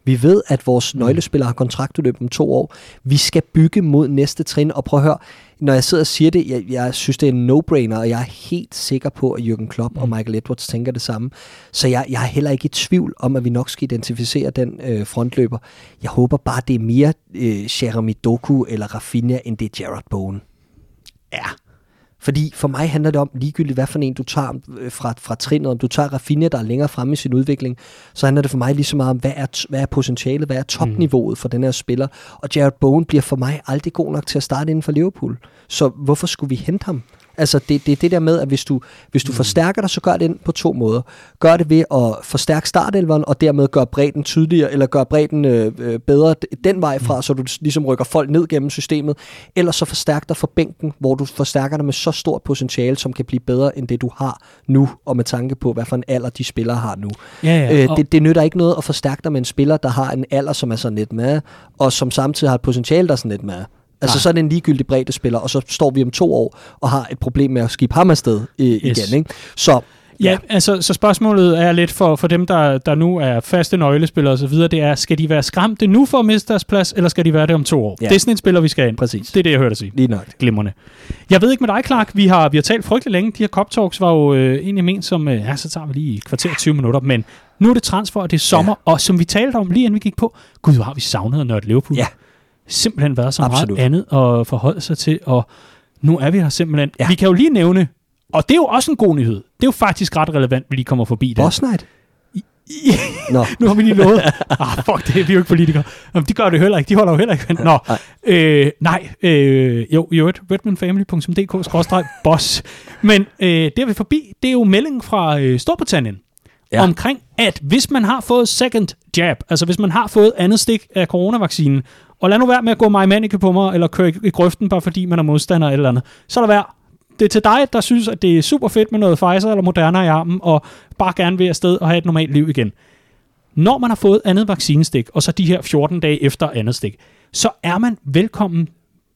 Vi ved, at vores nøglespillere har kontraktudløb om to år. Vi skal bygge mod næste trin, og prøv at høre, når jeg sidder og siger det, jeg, jeg synes, det er en no-brainer, og jeg er helt sikker på, at Jürgen Klopp mm. og Michael Edwards tænker det samme. Så jeg, jeg er heller ikke i tvivl om, at vi nok skal identificere den øh, frontløber. Jeg håber bare, det er mere øh, Jeremy Doku eller Rafinha, end det er Jarrod Bowen. Ja. Fordi for mig handler det om ligegyldigt, hvad for en du tager fra, fra trinnet. Om du tager Rafinha, der er længere fremme i sin udvikling, så handler det for mig lige så meget om, hvad er, hvad er potentialet, hvad er topniveauet for den her spiller. Og Jarrod Bowen bliver for mig aldrig god nok til at starte inden for Liverpool. Så hvorfor skulle vi hente ham? Altså det er det, det der med, at hvis du, hvis du mm. forstærker dig, så gør det ind på to måder. Gør det ved at forstærke startelveren, og dermed gøre bredden tydeligere, eller gøre bredden øh, bedre den vej fra, mm. så du ligesom rykker folk ned gennem systemet. Eller så forstærk dig for bænken, hvor du forstærker dig med så stort potentiale, som kan blive bedre end det, du har nu, og med tanke på, hvad for en alder de spillere har nu. Ja, ja, øh, det, det nytter ikke noget at forstærke dig med en spiller, der har en alder, som er sådan lidt med, og som samtidig har et potentiale, der er sådan lidt med. Altså Nej. Så er det en ligegyldig breddespiller, og så står vi om to år og har et problem med at skibe ham afsted i, yes. igen. Ikke? Så, ja, ja altså, så spørgsmålet er lidt for, for dem, der, der nu er faste nøglespillere og så videre, det er, skal de være skræmte nu for at miste deres plads, eller skal de være det om to år? Ja. Det er sådan en spiller, vi skal ind. Præcis. Det er det, jeg hørte dig sige. Lige nok. Glimrende. Jeg ved ikke med dig, Clark, vi har, vi har talt frygtelig længe. De her Cup Talks var jo øh, egentlig ment som, øh, ja, så tager vi lige et kvarter tyve minutter, men nu er det transfer, og det er sommer, ja. Og som vi talte om lige inden vi gik på, gud, hvor har vi savnet at nørde Liverpool. Ja. Simpelthen været så Absolut. Meget andet at forholde sig til, og nu er vi her simpelthen. Ja. Vi kan jo lige nævne, og det er jo også en god nyhed, det er jo faktisk ret relevant, vi lige kommer forbi det. Boss Night? Nå. Nu har vi lige lovet. Ah, fuck det, vi er jo ikke politikere. Jamen, de gør det heller ikke, de holder jo heller ikke. Nå, nej, øh, nej øh, jo, jo, redmanfamily punktum d k skråstreg boss. Men øh, det er vi forbi, det er jo meldingen fra øh, Storbritannien, ja. Omkring, at hvis man har fået second jab, altså hvis man har fået andet stik af coronavaccinen, og lad nu være med at gå mig manike på mig, eller køre i grøften, bare fordi man er modstander eller andet, så er der værd. Det er til dig, der synes, at det er super fedt med noget Pfizer eller Moderna i armen, og bare gerne vil afsted og have et normalt liv igen. Når man har fået andet vaccinestik, og så de her fjorten dage efter andet stik, så er man velkommen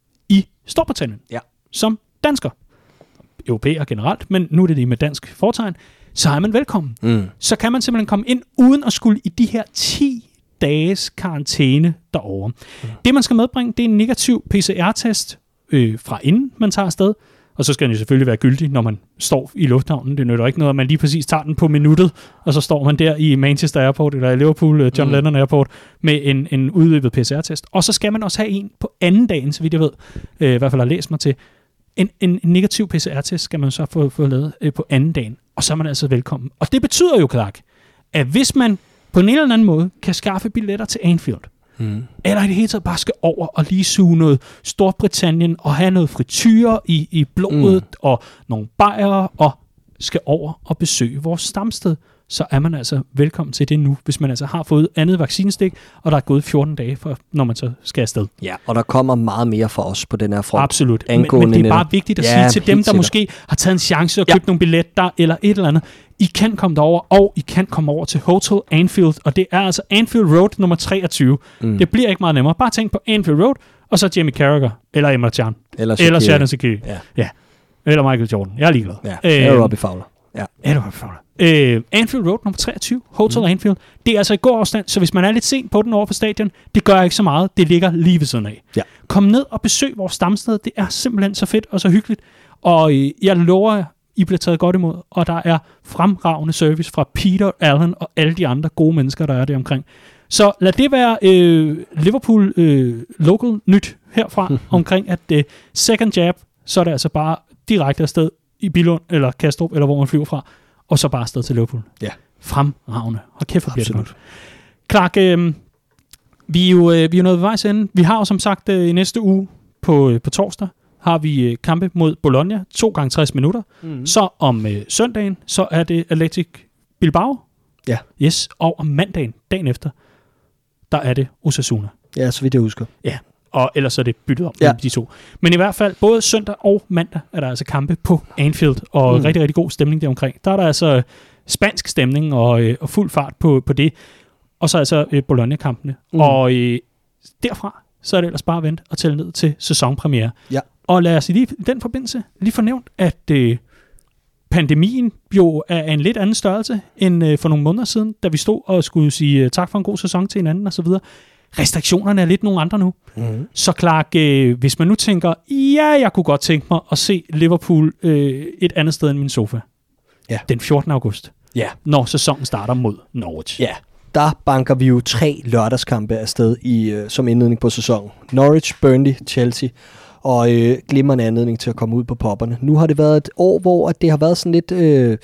i Storbritannien, ja. Som dansker. Europæer generelt, men nu er det lige med dansk fortegn, så er man velkommen. Mm. Så kan man simpelthen komme ind, uden at skulle i de her ti dages karantæne derovre. Mm. Det, man skal medbringe, det er en negativ P C R-test øh, fra inden man tager afsted, og så skal den jo selvfølgelig være gyldig, når man står i lufthavnen. Det nytter ikke noget, at man lige præcis tager den på minuttet, og så står man der i Manchester Airport, eller i Liverpool, John mm. Lennon Airport, med en, en udløbet P C R-test. Og så skal man også have en på anden dagen, så vidt jeg ved, øh, i hvert fald har læst mig til. En, en negativ P C R-test skal man så få, få lavet øh, på anden dagen, og så er man altså velkommen. Og det betyder jo, Clark, at hvis man på en eller anden måde kan skaffe billetter til Anfield, mm. eller i det hele taget bare skal over og lige suge noget Storbritannien, og have noget frityre i, i blodet, mm. og nogle bajere, og skal over og besøge vores stamsted, så er man altså velkommen til det nu, hvis man altså har fået andet vaccinestik, og der er gået fjorten dage, for, når man så skal afsted. Ja, og der kommer meget mere for os på den her front. Absolut, men, men det er bare vigtigt at ja, sige til dem, der sikkert. Måske har taget en chance og købt ja. Nogle billetter, eller et eller andet, I kan komme derover, og I kan komme over til Hotel Anfield, og det er altså Anfield Road nummer treogtyve. Mm. Det bliver ikke meget nemmere. Bare tænk på Anfield Road, og så Jamie Carragher, eller Emre Can, eller Xherdan Shaqiri, ja. Ja. Eller Michael Jordan. Jeg er ligeglad. Ja. Eller Robbie Fowler. Ja. Eller Robbie Fowler. Uh, Anfield Road nummer treogtyve, Hotel mm. Anfield. Det er altså i god afstand, så hvis man er lidt sent på den over for stadion, det gør ikke så meget. Det ligger lige ved siden af. Ja. Kom ned og besøg vores stamsted. Det er simpelthen så fedt og så hyggeligt. Og uh, jeg lover jer, I bliver taget godt imod, og der er fremragende service fra Peter, Allen og alle de andre gode mennesker, der er der omkring. Så lad det være uh, Liverpool uh, local nyt herfra, omkring at uh, second jab, så er det altså bare direkte afsted i Billund eller Kastrup, eller hvor man flyver fra, og så bare afsted til Liverpool. Ja. Fremragende. Og kæft, hvor bliver det godt. Clark, øh, vi er jo øh, vi er nået ved vejs ende. Vi har jo som sagt øh, i næste uge på, øh, på torsdag, har vi øh, kampe mod Bologna, to gange tres minutter. Mm-hmm. Så om øh, søndagen, så er det Athletic Bilbao. Ja. Yes. Og om mandagen, dagen efter, der er det Osasuna. Ja, så vidt jeg husker. Ja. Og ellers er det byttet om ja. De to. Men i hvert fald, både søndag og mandag er der altså kampe på Anfield, og mm. rigtig, rigtig god stemning der omkring. Der er der altså spansk stemning og, øh, og fuld fart på, på det. Og så altså øh, Bologna-kampene. Mm. Og øh, derfra, så er det ellers bare at vente og tælle ned til sæsonpremiere. Ja. Og lad os i lige, den forbindelse lige fornævnt, at øh, pandemien jo er en lidt anden størrelse end øh, for nogle måneder siden, da vi stod og skulle sige tak for en god sæson til hinanden og så videre. Restriktionerne er lidt nogle andre nu. Mm-hmm. Så Clark, øh, hvis man nu tænker, ja, jeg kunne godt tænke mig at se Liverpool øh, et andet sted end min sofa. Ja. Den fjortende august. Ja. Når sæsonen starter mod Norwich. Ja. Der banker vi jo tre lørdagskampe afsted i, øh, som indledning på sæsonen. Norwich, Burnley, Chelsea. Og øh, glimrende anledning til at komme ud på popperne. Nu har det været et år, hvor det har været sådan lidt... Øh,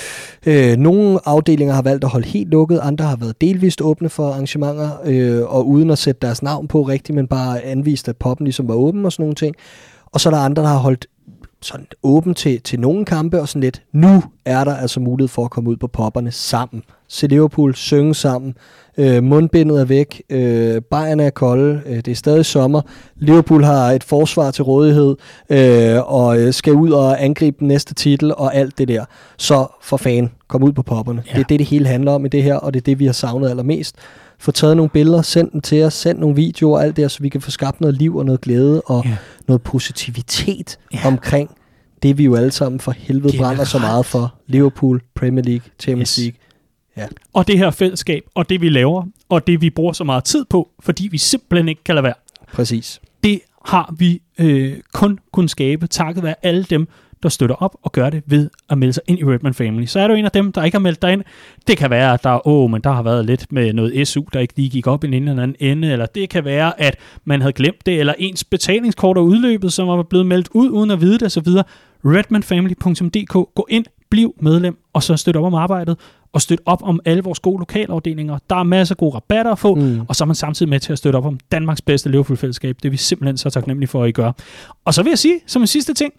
øh, nogle afdelinger har valgt at holde helt lukket, andre har været delvist åbne for arrangementer, øh, og uden at sætte deres navn på rigtigt, men bare anvist, at poppen ligesom var åben og sådan nogle ting. Og så er der andre, der har holdt sådan åben til, til nogle kampe, og sådan lidt, nu er der altså mulighed for at komme ud på popperne sammen. Se Liverpool synge sammen. Øh, mundbindet er væk. Øh, Bayern er kolde. Øh, det er stadig sommer. Liverpool har et forsvar til rådighed, øh, og skal ud og angribe den næste titel, og alt det der. Så for fan, kom ud på popperne. Ja. Det er det, det hele handler om i det her, og det er det, vi har savnet allermest. Få taget nogle billeder, send dem til os, send nogle videoer og alt det, så vi kan få skabt noget liv og noget glæde, og ja. noget positivitet ja. omkring det, vi jo alle sammen for helvede brænder så meget for. Liverpool, Premier League, Champions League. Ja. Og det her fællesskab, og det vi laver, og det vi bruger så meget tid på, fordi vi simpelthen ikke kan lade være. Præcis. Det har vi øh, kun kunnet skabe, takket være alle dem, der støtter op og gør det ved at melde sig ind i Redman Family. Så er du en af dem, der ikke har meldt dig ind. Det kan være, at der, åh, men der har været lidt med noget S U, der ikke lige gik op i en eller anden ende, eller det kan være, at man havde glemt det, eller ens betalingskort er udløbet, som var blevet meldt ud, uden at vide det, osv. redman family punktum d k. Gå ind, bliv medlem, og så støt op om arbejdet, og støt op om alle vores gode lokalafdelinger. Der er masser af gode rabatter at få, mm. og så er man samtidig med til at støtte op om Danmarks bedste Liverpool-fællesskab. Det er vi simpelthen så taknemmelige for, at I gør. Og så vil jeg sige, som en sidste ting,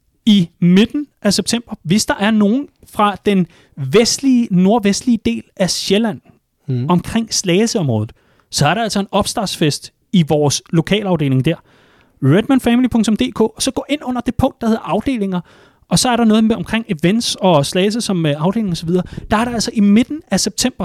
i midten af september, hvis der er nogen fra den vestlige, nordvestlige del af Sjælland, mm. omkring Slagelseområdet, så er der altså en opstartsfest i vores lokalafdeling der. redman family punktum d k, og så gå ind under det punkt, der hedder afdelinger, og så er der noget med omkring events og Slagelse som afdeling og så videre. Der er der altså i midten af september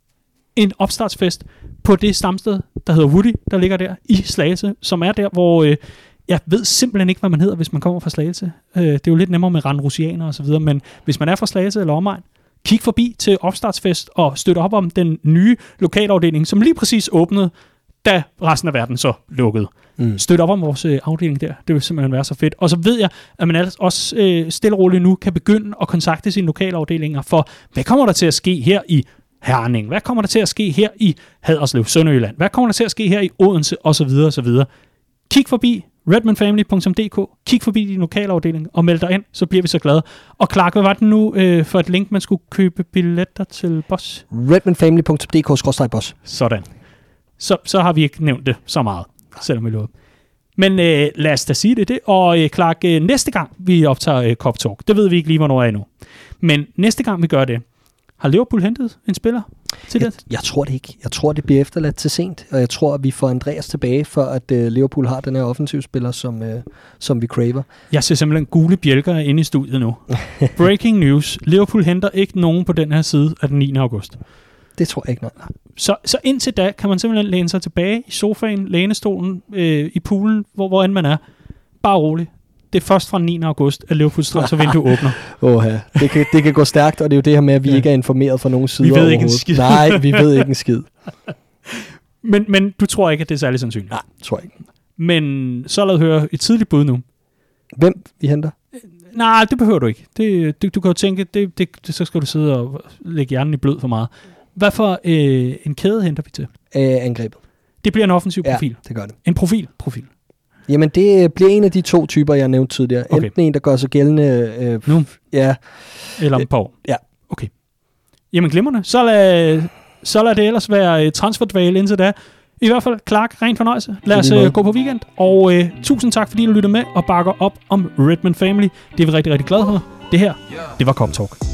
en opstartsfest på det stamsted, der hedder Woody, der ligger der i Slagelse, som er der, hvor øh, jeg ved simpelthen ikke, hvad man hedder, hvis man kommer fra Slagelse. Øh, det er jo lidt nemmere med randrusianer og så videre, men hvis man er fra Slagelse eller omegn, kig forbi til opstartsfest og støt op om den nye lokalafdeling, som lige præcis åbnede, da resten af verden så lukkede. Mm. Støt op om vores øh, afdeling der. Det vil simpelthen være så fedt. Og så ved jeg, at man også øh, stille og roligt nu kan begynde at kontakte sine lokalafdelinger for, hvad kommer der til at ske her i Herning? Hvad kommer der til at ske her i Haderslev, Sønderjylland? Hvad kommer der til at ske her i Odense? Og så videre, og så videre. Kig forbi redman family punktum d k. Kig forbi din lokalafdeling og meld dig ind, så bliver vi så glade. Og Clark, hvad var det nu øh, for et link, man skulle købe billetter til Boss? redman family punktum d k skråstreg boss. Sådan. Så, så har vi ikke nævnt det så meget, selvom vi lovede. Men øh, lad os da sige det, det. Og øh, Clark, øh, næste gang vi optager øh, Cop Talk, det ved vi ikke lige, hvornår er endnu. Men næste gang vi gør det, har Liverpool hentet en spiller til jeg, det? Jeg tror det ikke. Jeg tror, det bliver efterladt til sent, og jeg tror, at vi får Andreas tilbage, for at øh, Liverpool har den her offensivspiller, som, øh, som vi craver. Jeg ser simpelthen gule bjælker inde i studiet nu. Breaking news. Liverpool henter ikke nogen på den her side af den niende august. Det tror jeg ikke, nej. Så, så indtil da kan man simpelthen læne sig tilbage i sofaen, lænestolen, øh, i poolen, hvor, hvor end man er. Bare roligt. Det er først fra den niende august, at Liverpools transfervindue åbner. Åh ja, det kan, det kan gå stærkt, og det er jo det her med, at vi ja. ikke er informeret fra nogen sider. Vi ved ikke en skid. Nej, vi ved ikke en skid. men, men du tror ikke, at det er særlig sandsynligt? Nej, tror jeg ikke. Men så lad os høre et tidligt bud nu. Hvem vi henter? Nej, det behøver du ikke. Det, det, du kan jo tænke, det, det, det, så skal du sidde og lægge hjernen i blød for meget. Hvad for øh, en kæde henter vi til? Æh, angrebet. Det bliver en offensiv profil? Ja, det gør det. En profil? Profil. Jamen, det bliver en af de to typer, jeg nævnte tidligere. Okay. Enten en, der gør sig gældende... Øh, nu? Ja. Eller om et par år? Ja. Okay. Jamen, glimrende. Så lad, så lad det ellers være transferdvale indtil da. I hvert fald, Clark, ren fornøjelse. Lad os uh, gå på weekend. Og uh, tusind tak, fordi du lyttede med og bakker op om Redman Family. Det er vi rigtig, rigtig glade for. Det her, det var Cop Talk.